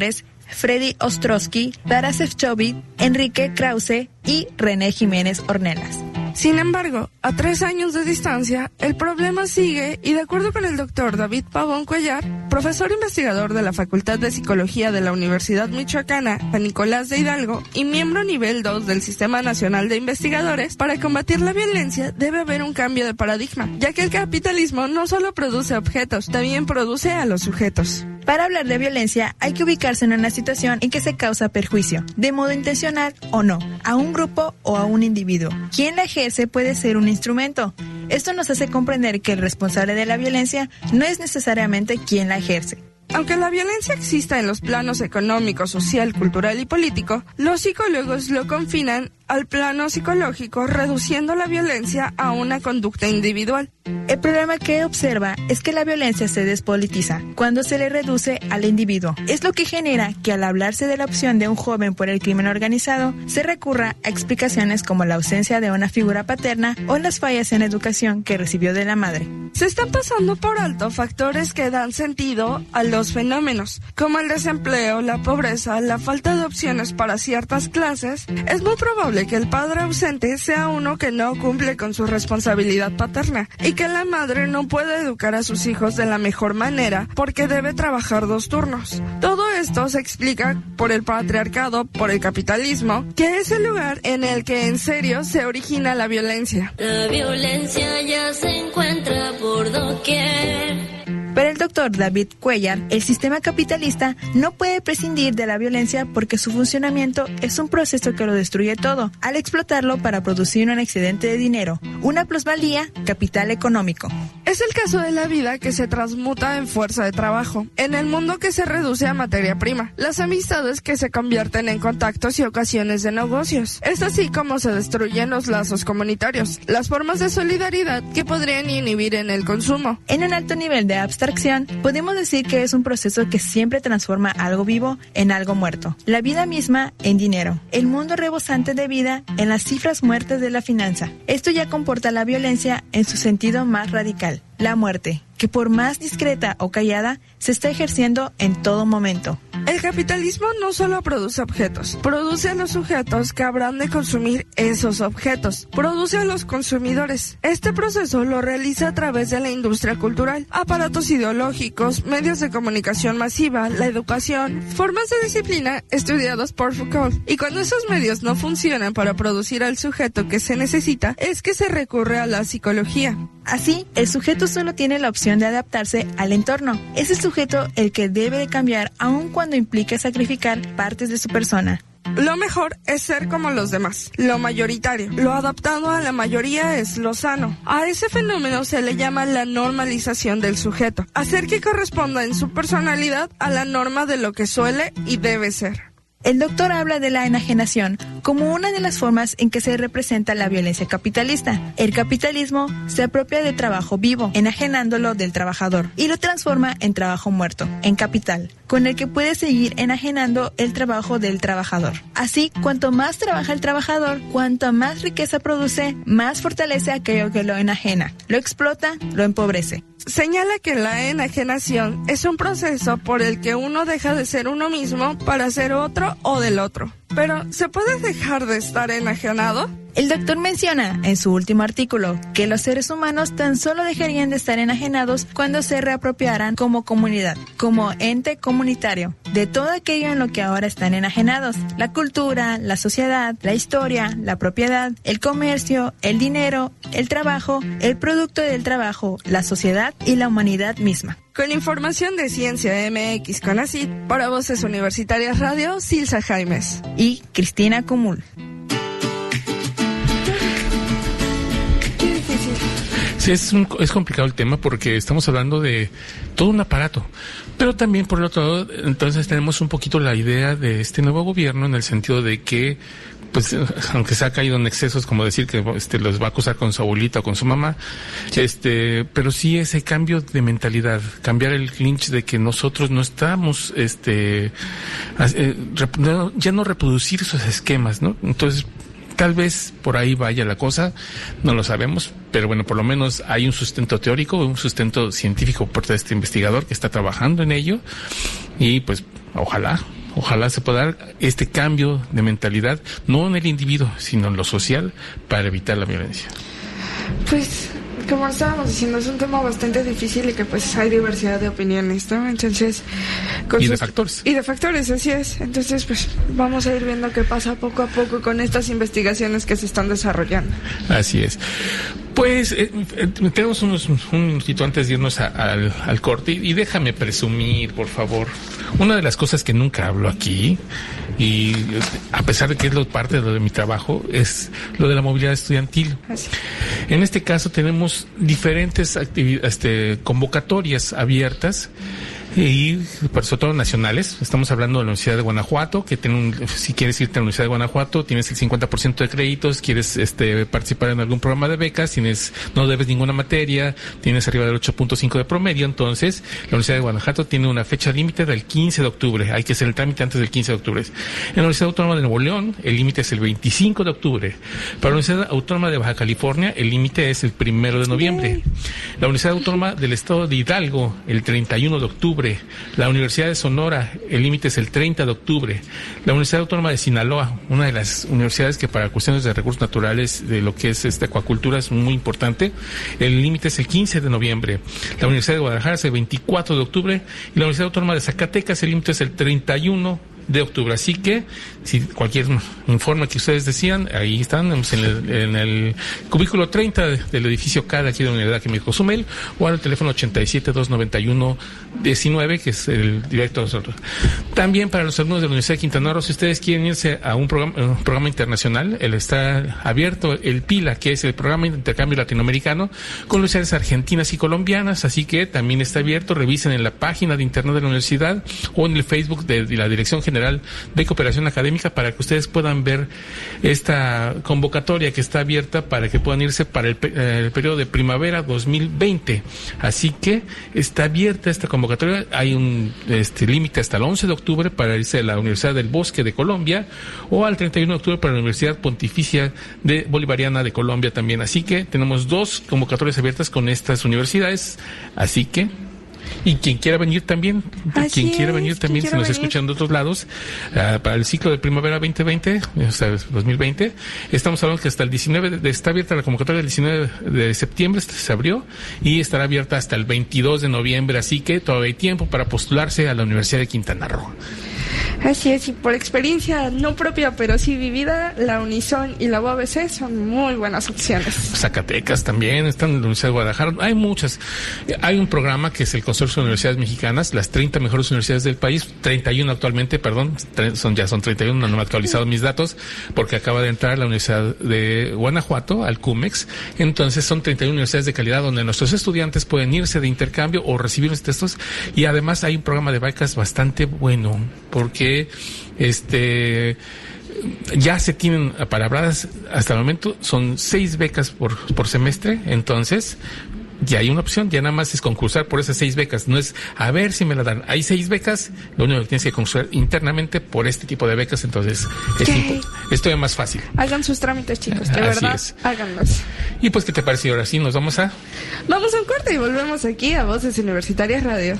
Speaker 6: Freddy Ostrowski, Dara Sefcovic, Enrique Krause y René Jiménez Ornelas.
Speaker 4: Sin embargo, a tres años de distancia, el problema sigue y de acuerdo con el doctor David Pavón Cuellar, profesor investigador de la Facultad de Psicología de la Universidad Michoacana San Nicolás de Hidalgo y miembro nivel dos del Sistema Nacional de Investigadores, para combatir la violencia debe haber un cambio de paradigma, ya que el capitalismo no solo produce objetos, también produce a los sujetos.
Speaker 6: Para hablar de violencia hay que ubicarse en una situación en que se causa perjuicio, de modo intencional o no, a un grupo o a un individuo. Quien la ejerce puede ser un instrumento. Esto nos hace comprender que el responsable de la violencia no es necesariamente quien la ejerce.
Speaker 4: Aunque la violencia exista en los planos económico, social, cultural y político, los psicólogos lo confinan al plano psicológico, reduciendo la violencia a una conducta individual.
Speaker 6: El problema que observa es que la violencia se despolitiza cuando se le reduce al individuo. Es lo que genera que al hablarse de la opción de un joven por el crimen organizado, se recurra a explicaciones como la ausencia de una figura paterna o las fallas en educación que recibió de la madre.
Speaker 4: Se están pasando por alto factores que dan sentido a los fenómenos, como el desempleo, la pobreza, la falta de opciones para ciertas clases. Es muy probable que el padre ausente sea uno que no cumple con su responsabilidad paterna y que la madre no puede educar a sus hijos de la mejor manera porque debe trabajar dos turnos. Todo esto se explica por el patriarcado, por el capitalismo, que es el lugar en el que en serio se origina la violencia.
Speaker 15: La violencia ya se encuentra por doquier.
Speaker 6: Para el doctor David Cuellar, el sistema capitalista no puede prescindir de la violencia porque su funcionamiento es un proceso que lo destruye todo, al explotarlo para producir un excedente de dinero, una plusvalía, capital económico.
Speaker 4: Es el caso de la vida que se transmuta en fuerza de trabajo, en el mundo que se reduce a materia prima, las amistades que se convierten en contactos y ocasiones de negocios. Es así como se destruyen los lazos comunitarios, las formas de solidaridad que podrían inhibir en el consumo.
Speaker 6: En un alto nivel de abstracción, podemos decir que es un proceso que siempre transforma algo vivo en algo muerto, la vida misma en dinero, el mundo rebosante de vida en las cifras muertas de la finanza. Esto ya comporta la violencia en su sentido más radical, la muerte, que por más discreta o callada, se está ejerciendo en todo momento.
Speaker 4: El capitalismo no solo produce objetos, produce a los sujetos que habrán de consumir esos objetos, produce a los consumidores. Este proceso lo realiza a través de la industria cultural, aparatos ideológicos, medios de comunicación masiva, la educación, formas de disciplina estudiadas por Foucault. Y cuando esos medios no funcionan para producir al sujeto que se necesita, es que se recurre a la psicología.
Speaker 6: Así, el sujeto solo tiene la opción de adaptarse al entorno. Es el sujeto el que debe de cambiar aun cuando implique sacrificar partes de su persona.
Speaker 4: Lo mejor es ser como los demás, lo mayoritario. Lo adaptado a la mayoría es lo sano. A ese fenómeno se le llama la normalización del sujeto. Hacer que corresponda en su personalidad a la norma de lo que suele y debe ser.
Speaker 6: El doctor habla de la enajenación como una de las formas en que se representa la violencia capitalista. El capitalismo se apropia del trabajo vivo, enajenándolo del trabajador, y lo transforma en trabajo muerto, en capital, con el que puede seguir enajenando el trabajo del trabajador. Así, cuanto más trabaja el trabajador, cuanto más riqueza produce, más fortalece aquello que lo enajena, lo explota, lo empobrece.
Speaker 4: Señala que la enajenación es un proceso por el que uno deja de ser uno mismo para ser otro o del otro. Pero, ¿se puede dejar de estar enajenado?
Speaker 6: El doctor menciona en su último artículo que los seres humanos tan solo dejarían de estar enajenados cuando se reapropiaran como comunidad, como ente comunitario, de todo aquello en lo que ahora están enajenados: la cultura, la sociedad, la historia, la propiedad, el comercio, el dinero, el trabajo, el producto del trabajo, la sociedad y la humanidad misma.
Speaker 4: Con información de Ciencia M X Conacit, para Voces Universitarias Radio, Silsa Jaimes
Speaker 6: y Cristina Cumul.
Speaker 2: Sí, es, un, es complicado el tema porque estamos hablando de todo un aparato, pero también por el otro lado, entonces tenemos un poquito la idea de este nuevo gobierno en el sentido de que, pues, aunque se ha caído en excesos, como decir que este los va a acusar con su abuelita o con su mamá, sí. este, pero sí ese cambio de mentalidad, cambiar el clinch de que nosotros no estamos, este, eh, rep, no, ya no reproducir esos esquemas, ¿no? Entonces, tal vez por ahí vaya la cosa, no lo sabemos, pero bueno, por lo menos hay un sustento teórico, un sustento científico por parte de este investigador que está trabajando en ello, y pues ojalá, ojalá se pueda dar este cambio de mentalidad, no en el individuo, sino en lo social, para evitar la violencia.
Speaker 4: Pues, como estábamos diciendo, es un tema bastante difícil y que pues hay diversidad de opiniones, ¿no? Entonces...
Speaker 2: Y de factores.
Speaker 4: Y de factores, así es. Entonces, pues, vamos a ir viendo qué pasa poco a poco con estas investigaciones que se están desarrollando.
Speaker 2: Así es. Pues, eh, eh, tenemos unos, un minutito antes de irnos a, a, al, al corte, y déjame presumir, por favor, una de las cosas que nunca hablo aquí, y a pesar de que es lo, parte de, lo de mi trabajo, es lo de la movilidad estudiantil.
Speaker 4: Así.
Speaker 2: En este caso tenemos diferentes actividades, este, convocatorias abiertas, y sobre todo nacionales. Estamos hablando de la Universidad de Guanajuato, que tiene un, si quieres irte a la Universidad de Guanajuato, tienes el cincuenta por ciento de créditos, quieres este participar en algún programa de becas, tienes no debes ninguna materia, tienes arriba del ocho punto cinco de promedio. Entonces la Universidad de Guanajuato tiene una fecha límite del quince de octubre, hay que hacer el trámite antes del quince de octubre. En la Universidad Autónoma de Nuevo León el límite es el veinticinco de octubre. Para la Universidad Autónoma de Baja California el límite es el primero de noviembre. La Universidad Autónoma del Estado de Hidalgo el treinta y uno de octubre. La Universidad de Sonora, el límite es el treinta de octubre. La Universidad Autónoma de Sinaloa, una de las universidades que para cuestiones de recursos naturales, de lo que es esta acuacultura, es muy importante, el límite es el quince de noviembre. La Universidad de Guadalajara es el veinticuatro de octubre. Y la Universidad Autónoma de Zacatecas, el límite es el treinta y uno de octubre. Así que, si cualquier informe que ustedes decían, ahí están en el, en el cubículo treinta del edificio K de aquí de la Unidad Química Cozumel, o al teléfono ochenta y siete, doscientos noventa y uno, diecinueve, que es el directo de nosotros. También para los alumnos de la Universidad de Quintana Roo, si ustedes quieren irse a un programa, un programa internacional, el está abierto el PILA, que es el Programa de Intercambio Latinoamericano, con universidades argentinas y colombianas, así que también está abierto. Revisen en la página de internet de la universidad o en el Facebook de, de la Dirección General de Cooperación Académica, para que ustedes puedan ver esta convocatoria que está abierta para que puedan irse para el, eh, el periodo de primavera dos mil veinte. Así que está abierta esta convocatoria. Hay un este límite hasta el once de octubre para irse a la Universidad del Bosque de Colombia, o al treinta y uno de octubre para la Universidad Pontificia de Bolivariana de Colombia también. Así que tenemos dos convocatorias abiertas con estas universidades. Así que y quien quiera venir también,
Speaker 4: Así
Speaker 2: quien quiera
Speaker 4: es,
Speaker 2: venir también, si nos
Speaker 4: venir.
Speaker 2: escuchan de otros lados, uh, para el ciclo de primavera veinte veinte, o sea, dos mil veinte, estamos hablando que hasta el diecinueve, de, está abierta la convocatoria el diecinueve de septiembre, se abrió, y estará abierta hasta el veintidós de noviembre, así que todavía hay tiempo para postularse a la Universidad de Quintana Roo.
Speaker 4: Así es, y por experiencia no propia, pero sí vivida, la Unison y la U A B C son muy buenas opciones.
Speaker 2: Zacatecas también, están en la Universidad de Guadalajara, hay muchas. Hay un programa que es el Consorcio de Universidades Mexicanas, las treinta mejores universidades del país, treinta y uno actualmente, perdón, son ya son treinta y uno, no me he actualizado mis datos, porque acaba de entrar la Universidad de Guanajuato, al CUMEX, entonces son treinta y una universidades de calidad donde nuestros estudiantes pueden irse de intercambio o recibir los textos, y además hay un programa de becas bastante bueno, porque este ya se tienen apalabradas hasta el momento, son seis becas por, por semestre, entonces ya hay una opción, ya nada más es concursar por esas seis becas, no es a ver si me la dan, hay seis becas, lo único que tienes que concursar internamente por este tipo de becas, entonces es, impo- es todavía más fácil.
Speaker 4: Hagan sus trámites, chicos, de
Speaker 2: Así
Speaker 4: verdad,
Speaker 2: es.
Speaker 4: háganlos.
Speaker 2: Y pues, ¿qué te parece? Ahora sí, nos vamos a...
Speaker 4: Vamos a un corte y volvemos aquí a Voces Universitarias Radio.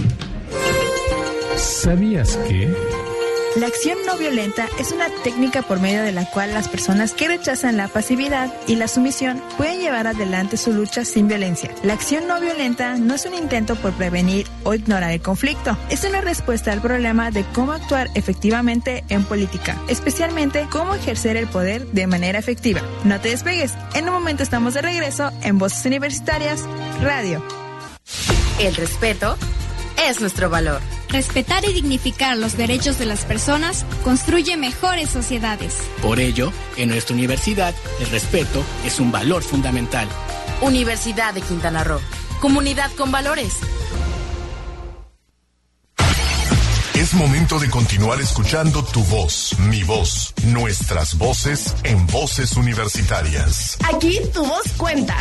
Speaker 2: ¿Sabías que...?
Speaker 6: La acción no violenta es una técnica por medio de la cual las personas que rechazan la pasividad y la sumisión pueden llevar adelante su lucha sin violencia. La acción no violenta no es un intento por prevenir o ignorar el conflicto, es una respuesta al problema de cómo actuar efectivamente en política, especialmente cómo ejercer el poder de manera efectiva. No te despegues, en un momento estamos de regreso en Voces Universitarias Radio.
Speaker 1: El respeto es nuestro valor.
Speaker 8: Respetar y dignificar los derechos de las personas construye mejores sociedades.
Speaker 7: Por ello, en nuestra universidad, el respeto es un valor fundamental.
Speaker 1: Universidad de Quintana Roo. Comunidad con valores.
Speaker 3: Es momento de continuar escuchando tu voz, mi voz, nuestras voces en Voces Universitarias.
Speaker 11: Aquí tu voz cuenta.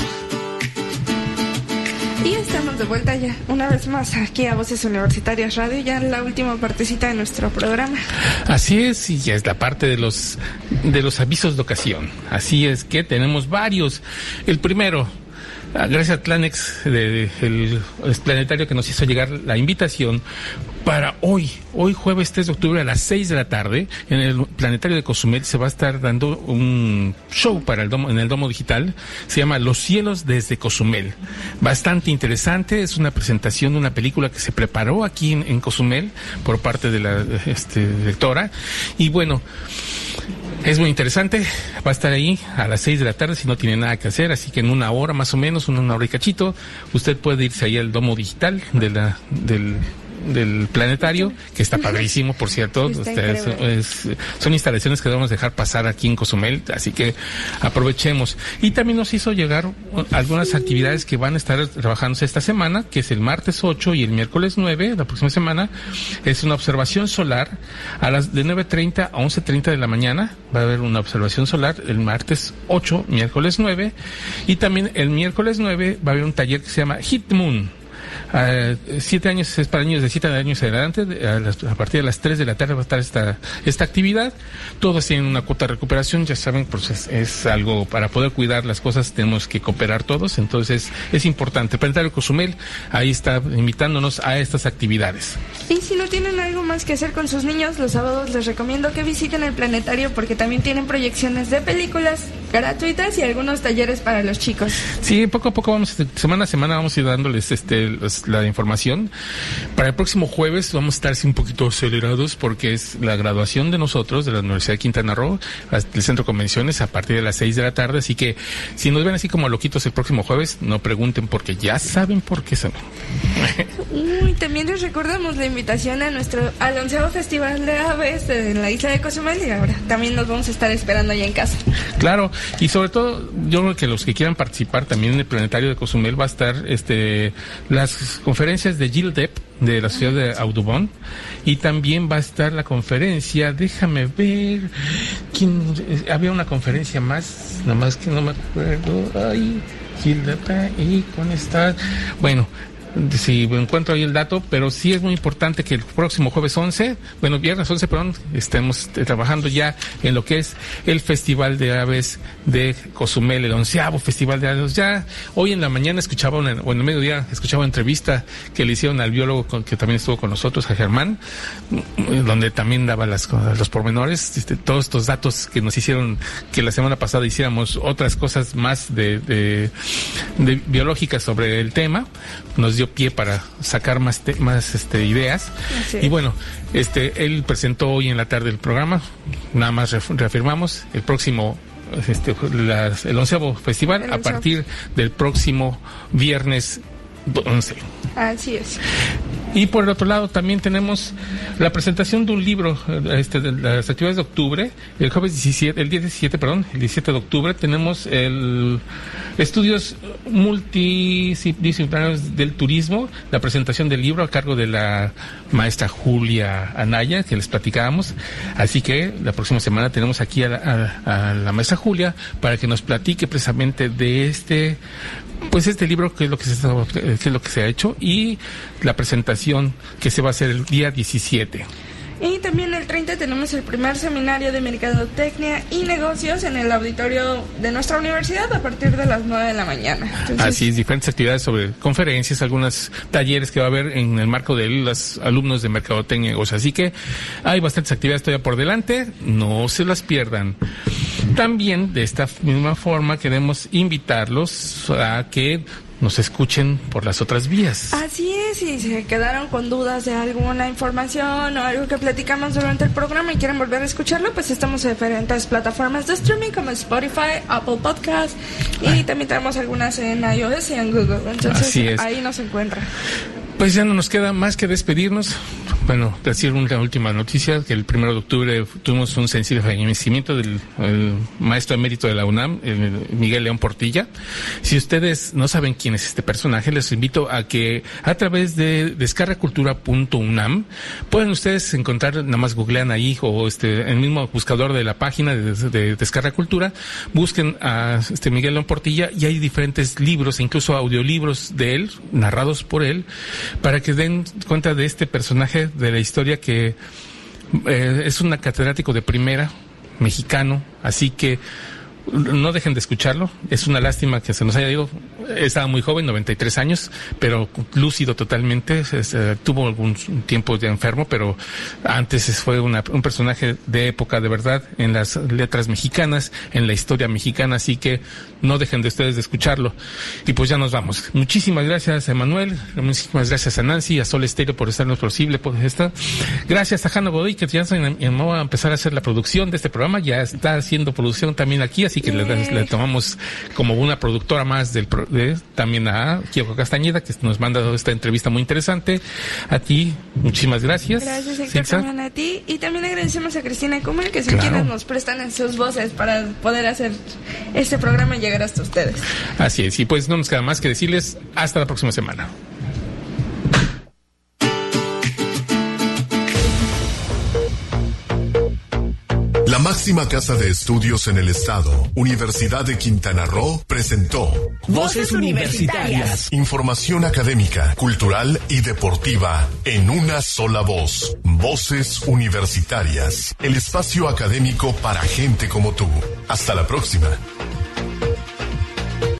Speaker 4: Y estamos de vuelta ya, una vez más, aquí a Voces Universitarias Radio, ya en la última partecita de nuestro programa.
Speaker 2: Así es, y ya es la parte de los de los avisos de ocasión. Así es que tenemos varios. El primero, Gracias a Tlanex, de, de, el, el planetario, que nos hizo llegar la invitación para hoy, hoy jueves tres de octubre a las seis de la tarde, en el planetario de Cozumel se va a estar dando un show para el domo, en el domo digital, se llama Los cielos desde Cozumel. Bastante interesante, es una presentación de una película que se preparó aquí en, en Cozumel por parte de la este, directora, y bueno, es muy interesante, va a estar ahí a las seis de la tarde si no tiene nada que hacer, así que en una hora más o menos, una hora y cachito, usted puede irse ahí al domo digital de la, del... del planetario, que está padrísimo, por cierto. Está es, es, son instalaciones que debemos dejar pasar aquí en Cozumel, así que aprovechemos. Y también nos hizo llegar algunas actividades que van a estar trabajándose esta semana, que es el martes ocho y el miércoles nueve, la próxima semana. Es una observación solar a las de nueve treinta a once treinta de la mañana. Va a haber una observación solar el martes ocho, miércoles nueve, y también el miércoles nueve va a haber un taller que se llama Hit Moon. Uh, siete años es para niños de siete años en adelante, a, las, a partir de las tres de la tarde va a estar esta esta actividad. Todos tienen una cuota de recuperación, ya saben, pues es, es algo para poder cuidar las cosas, tenemos que cooperar todos, entonces es importante. El Planetario Cozumel ahí está invitándonos a estas actividades.
Speaker 4: Y si no tienen algo más que hacer con sus niños, los sábados les recomiendo que visiten el planetario, porque también tienen proyecciones de películas gratuitas y algunos talleres para los chicos.
Speaker 2: Sí, poco a poco vamos, semana a semana vamos a ir dándoles este los, la información. Para el próximo jueves vamos a estar así un poquito acelerados porque es la graduación de nosotros, de la Universidad de Quintana Roo, del Centro de Convenciones, a partir de las seis de la tarde, así que si nos ven así como loquitos el próximo jueves, no pregunten porque ya saben por qué saben.
Speaker 4: Uy, también les recordamos la invitación a nuestro al onceavo Festival de Aves en la isla de Cozumel, y ahora también nos vamos a estar esperando allá en casa.
Speaker 2: Claro, y sobre todo yo creo que los que quieran participar también en el Planetario de Cozumel va a estar este las conferencias de Gilles Depp de la ciudad de Audubon, y también va a estar la conferencia, déjame ver quién había una conferencia más, nada más que no me acuerdo, ay, Gilles Depp, y con esta, bueno, si encuentro ahí el dato, pero sí es muy importante que el próximo jueves once, bueno, viernes once, perdón, estemos trabajando ya en lo que es el Festival de Aves de Cozumel, el onceavo Festival de Aves. Ya hoy en la mañana escuchaba, una, o en el mediodía, escuchaba una entrevista que le hicieron al biólogo con, que también estuvo con nosotros, a Germán, donde también daba las, los pormenores, este, todos estos datos que nos hicieron que la semana pasada hiciéramos otras cosas más de, de, de biológicas sobre el tema. Nos dio pie para sacar más te, más este ideas. Sí. Y bueno, este él presentó hoy en la tarde el programa, nada más reafirmamos el próximo este la, el onceavo festival el a partir del próximo viernes once.
Speaker 4: Así es.
Speaker 2: Y por el otro lado también tenemos la presentación de un libro, este, de las actividades de octubre, el jueves diecisiete, el día diecisiete, perdón, el diecisiete de octubre tenemos el estudios multidisciplinarios del turismo, la presentación del libro a cargo de la maestra Julia Anaya, que les platicábamos, así que la próxima semana tenemos aquí a la, a, a la maestra Julia para que nos platique precisamente de este pues este libro, que es lo que se está, qué es lo que se ha hecho, y la presentación que se va a hacer el día diecisiete.
Speaker 4: Y también el treinta tenemos el primer seminario de mercadotecnia y negocios en el auditorio de nuestra universidad a partir de las nueve de la mañana. Entonces,
Speaker 2: así es, diferentes actividades sobre conferencias, algunos talleres que va a haber en el marco de los alumnos de mercadotecnia y negocios. Así que hay bastantes actividades todavía por delante, no se las pierdan. También de esta misma forma queremos invitarlos a que nos escuchen por las otras vías.
Speaker 4: Así es, si se quedaron con dudas de alguna información o algo que platicamos durante el programa y quieren volver a escucharlo, pues estamos en diferentes plataformas de streaming como Spotify, Apple Podcast, y Ay. también tenemos algunas en iOS y en Google. Entonces ahí nos encuentran.
Speaker 2: Pues ya no nos queda más que despedirnos. Bueno, decir una última noticia, que el primero de octubre tuvimos un sencillo fallecimiento del el maestro emérito de la UNAM, el Miguel León Portilla. Si ustedes no saben quién es este personaje, les invito a que a través de descargacultura punto unam pueden ustedes encontrar, nada más googlean ahí o este el mismo buscador de la página de, de, de Descarga Cultura, busquen a este Miguel León Portilla y hay diferentes libros, incluso audiolibros de él, narrados por él, para que den cuenta de este personaje de la historia que eh, es un catedrático de primera, mexicano, así que no dejen de escucharlo. Es una lástima que se nos haya ido estaba muy joven, noventa y tres años, pero lúcido totalmente. Es, eh, tuvo algún tiempo de enfermo, pero antes fue una, un personaje de época de verdad en las letras mexicanas, en la historia mexicana, así que no dejen de ustedes de escucharlo. Y pues ya nos vamos. Muchísimas gracias a Emanuel, muchísimas gracias a Nancy, a Sol Estéreo por estarnos posible por esto. Gracias a Hanna Godoy, que ya se animó a empezar a hacer la producción de este programa, ya está haciendo producción también aquí, así que le, le tomamos como una productora más del pro, de, también a Kyoko Castañeda, que nos manda esta entrevista muy interesante. A ti, muchísimas gracias.
Speaker 4: Gracias, Héctor, también a ti. Y también agradecemos a Cristina Kummer, que son
Speaker 2: claro.
Speaker 4: quienes nos prestan en sus voces para poder hacer este programa y llegar hasta ustedes.
Speaker 2: Así es, y pues no nos queda más que decirles hasta la próxima semana.
Speaker 3: La máxima casa de estudios en el estado, Universidad de Quintana Roo, presentó
Speaker 11: Voces Universitarias.
Speaker 3: Información académica, cultural y deportiva en una sola voz. Voces Universitarias. El espacio académico para gente como tú. Hasta la próxima.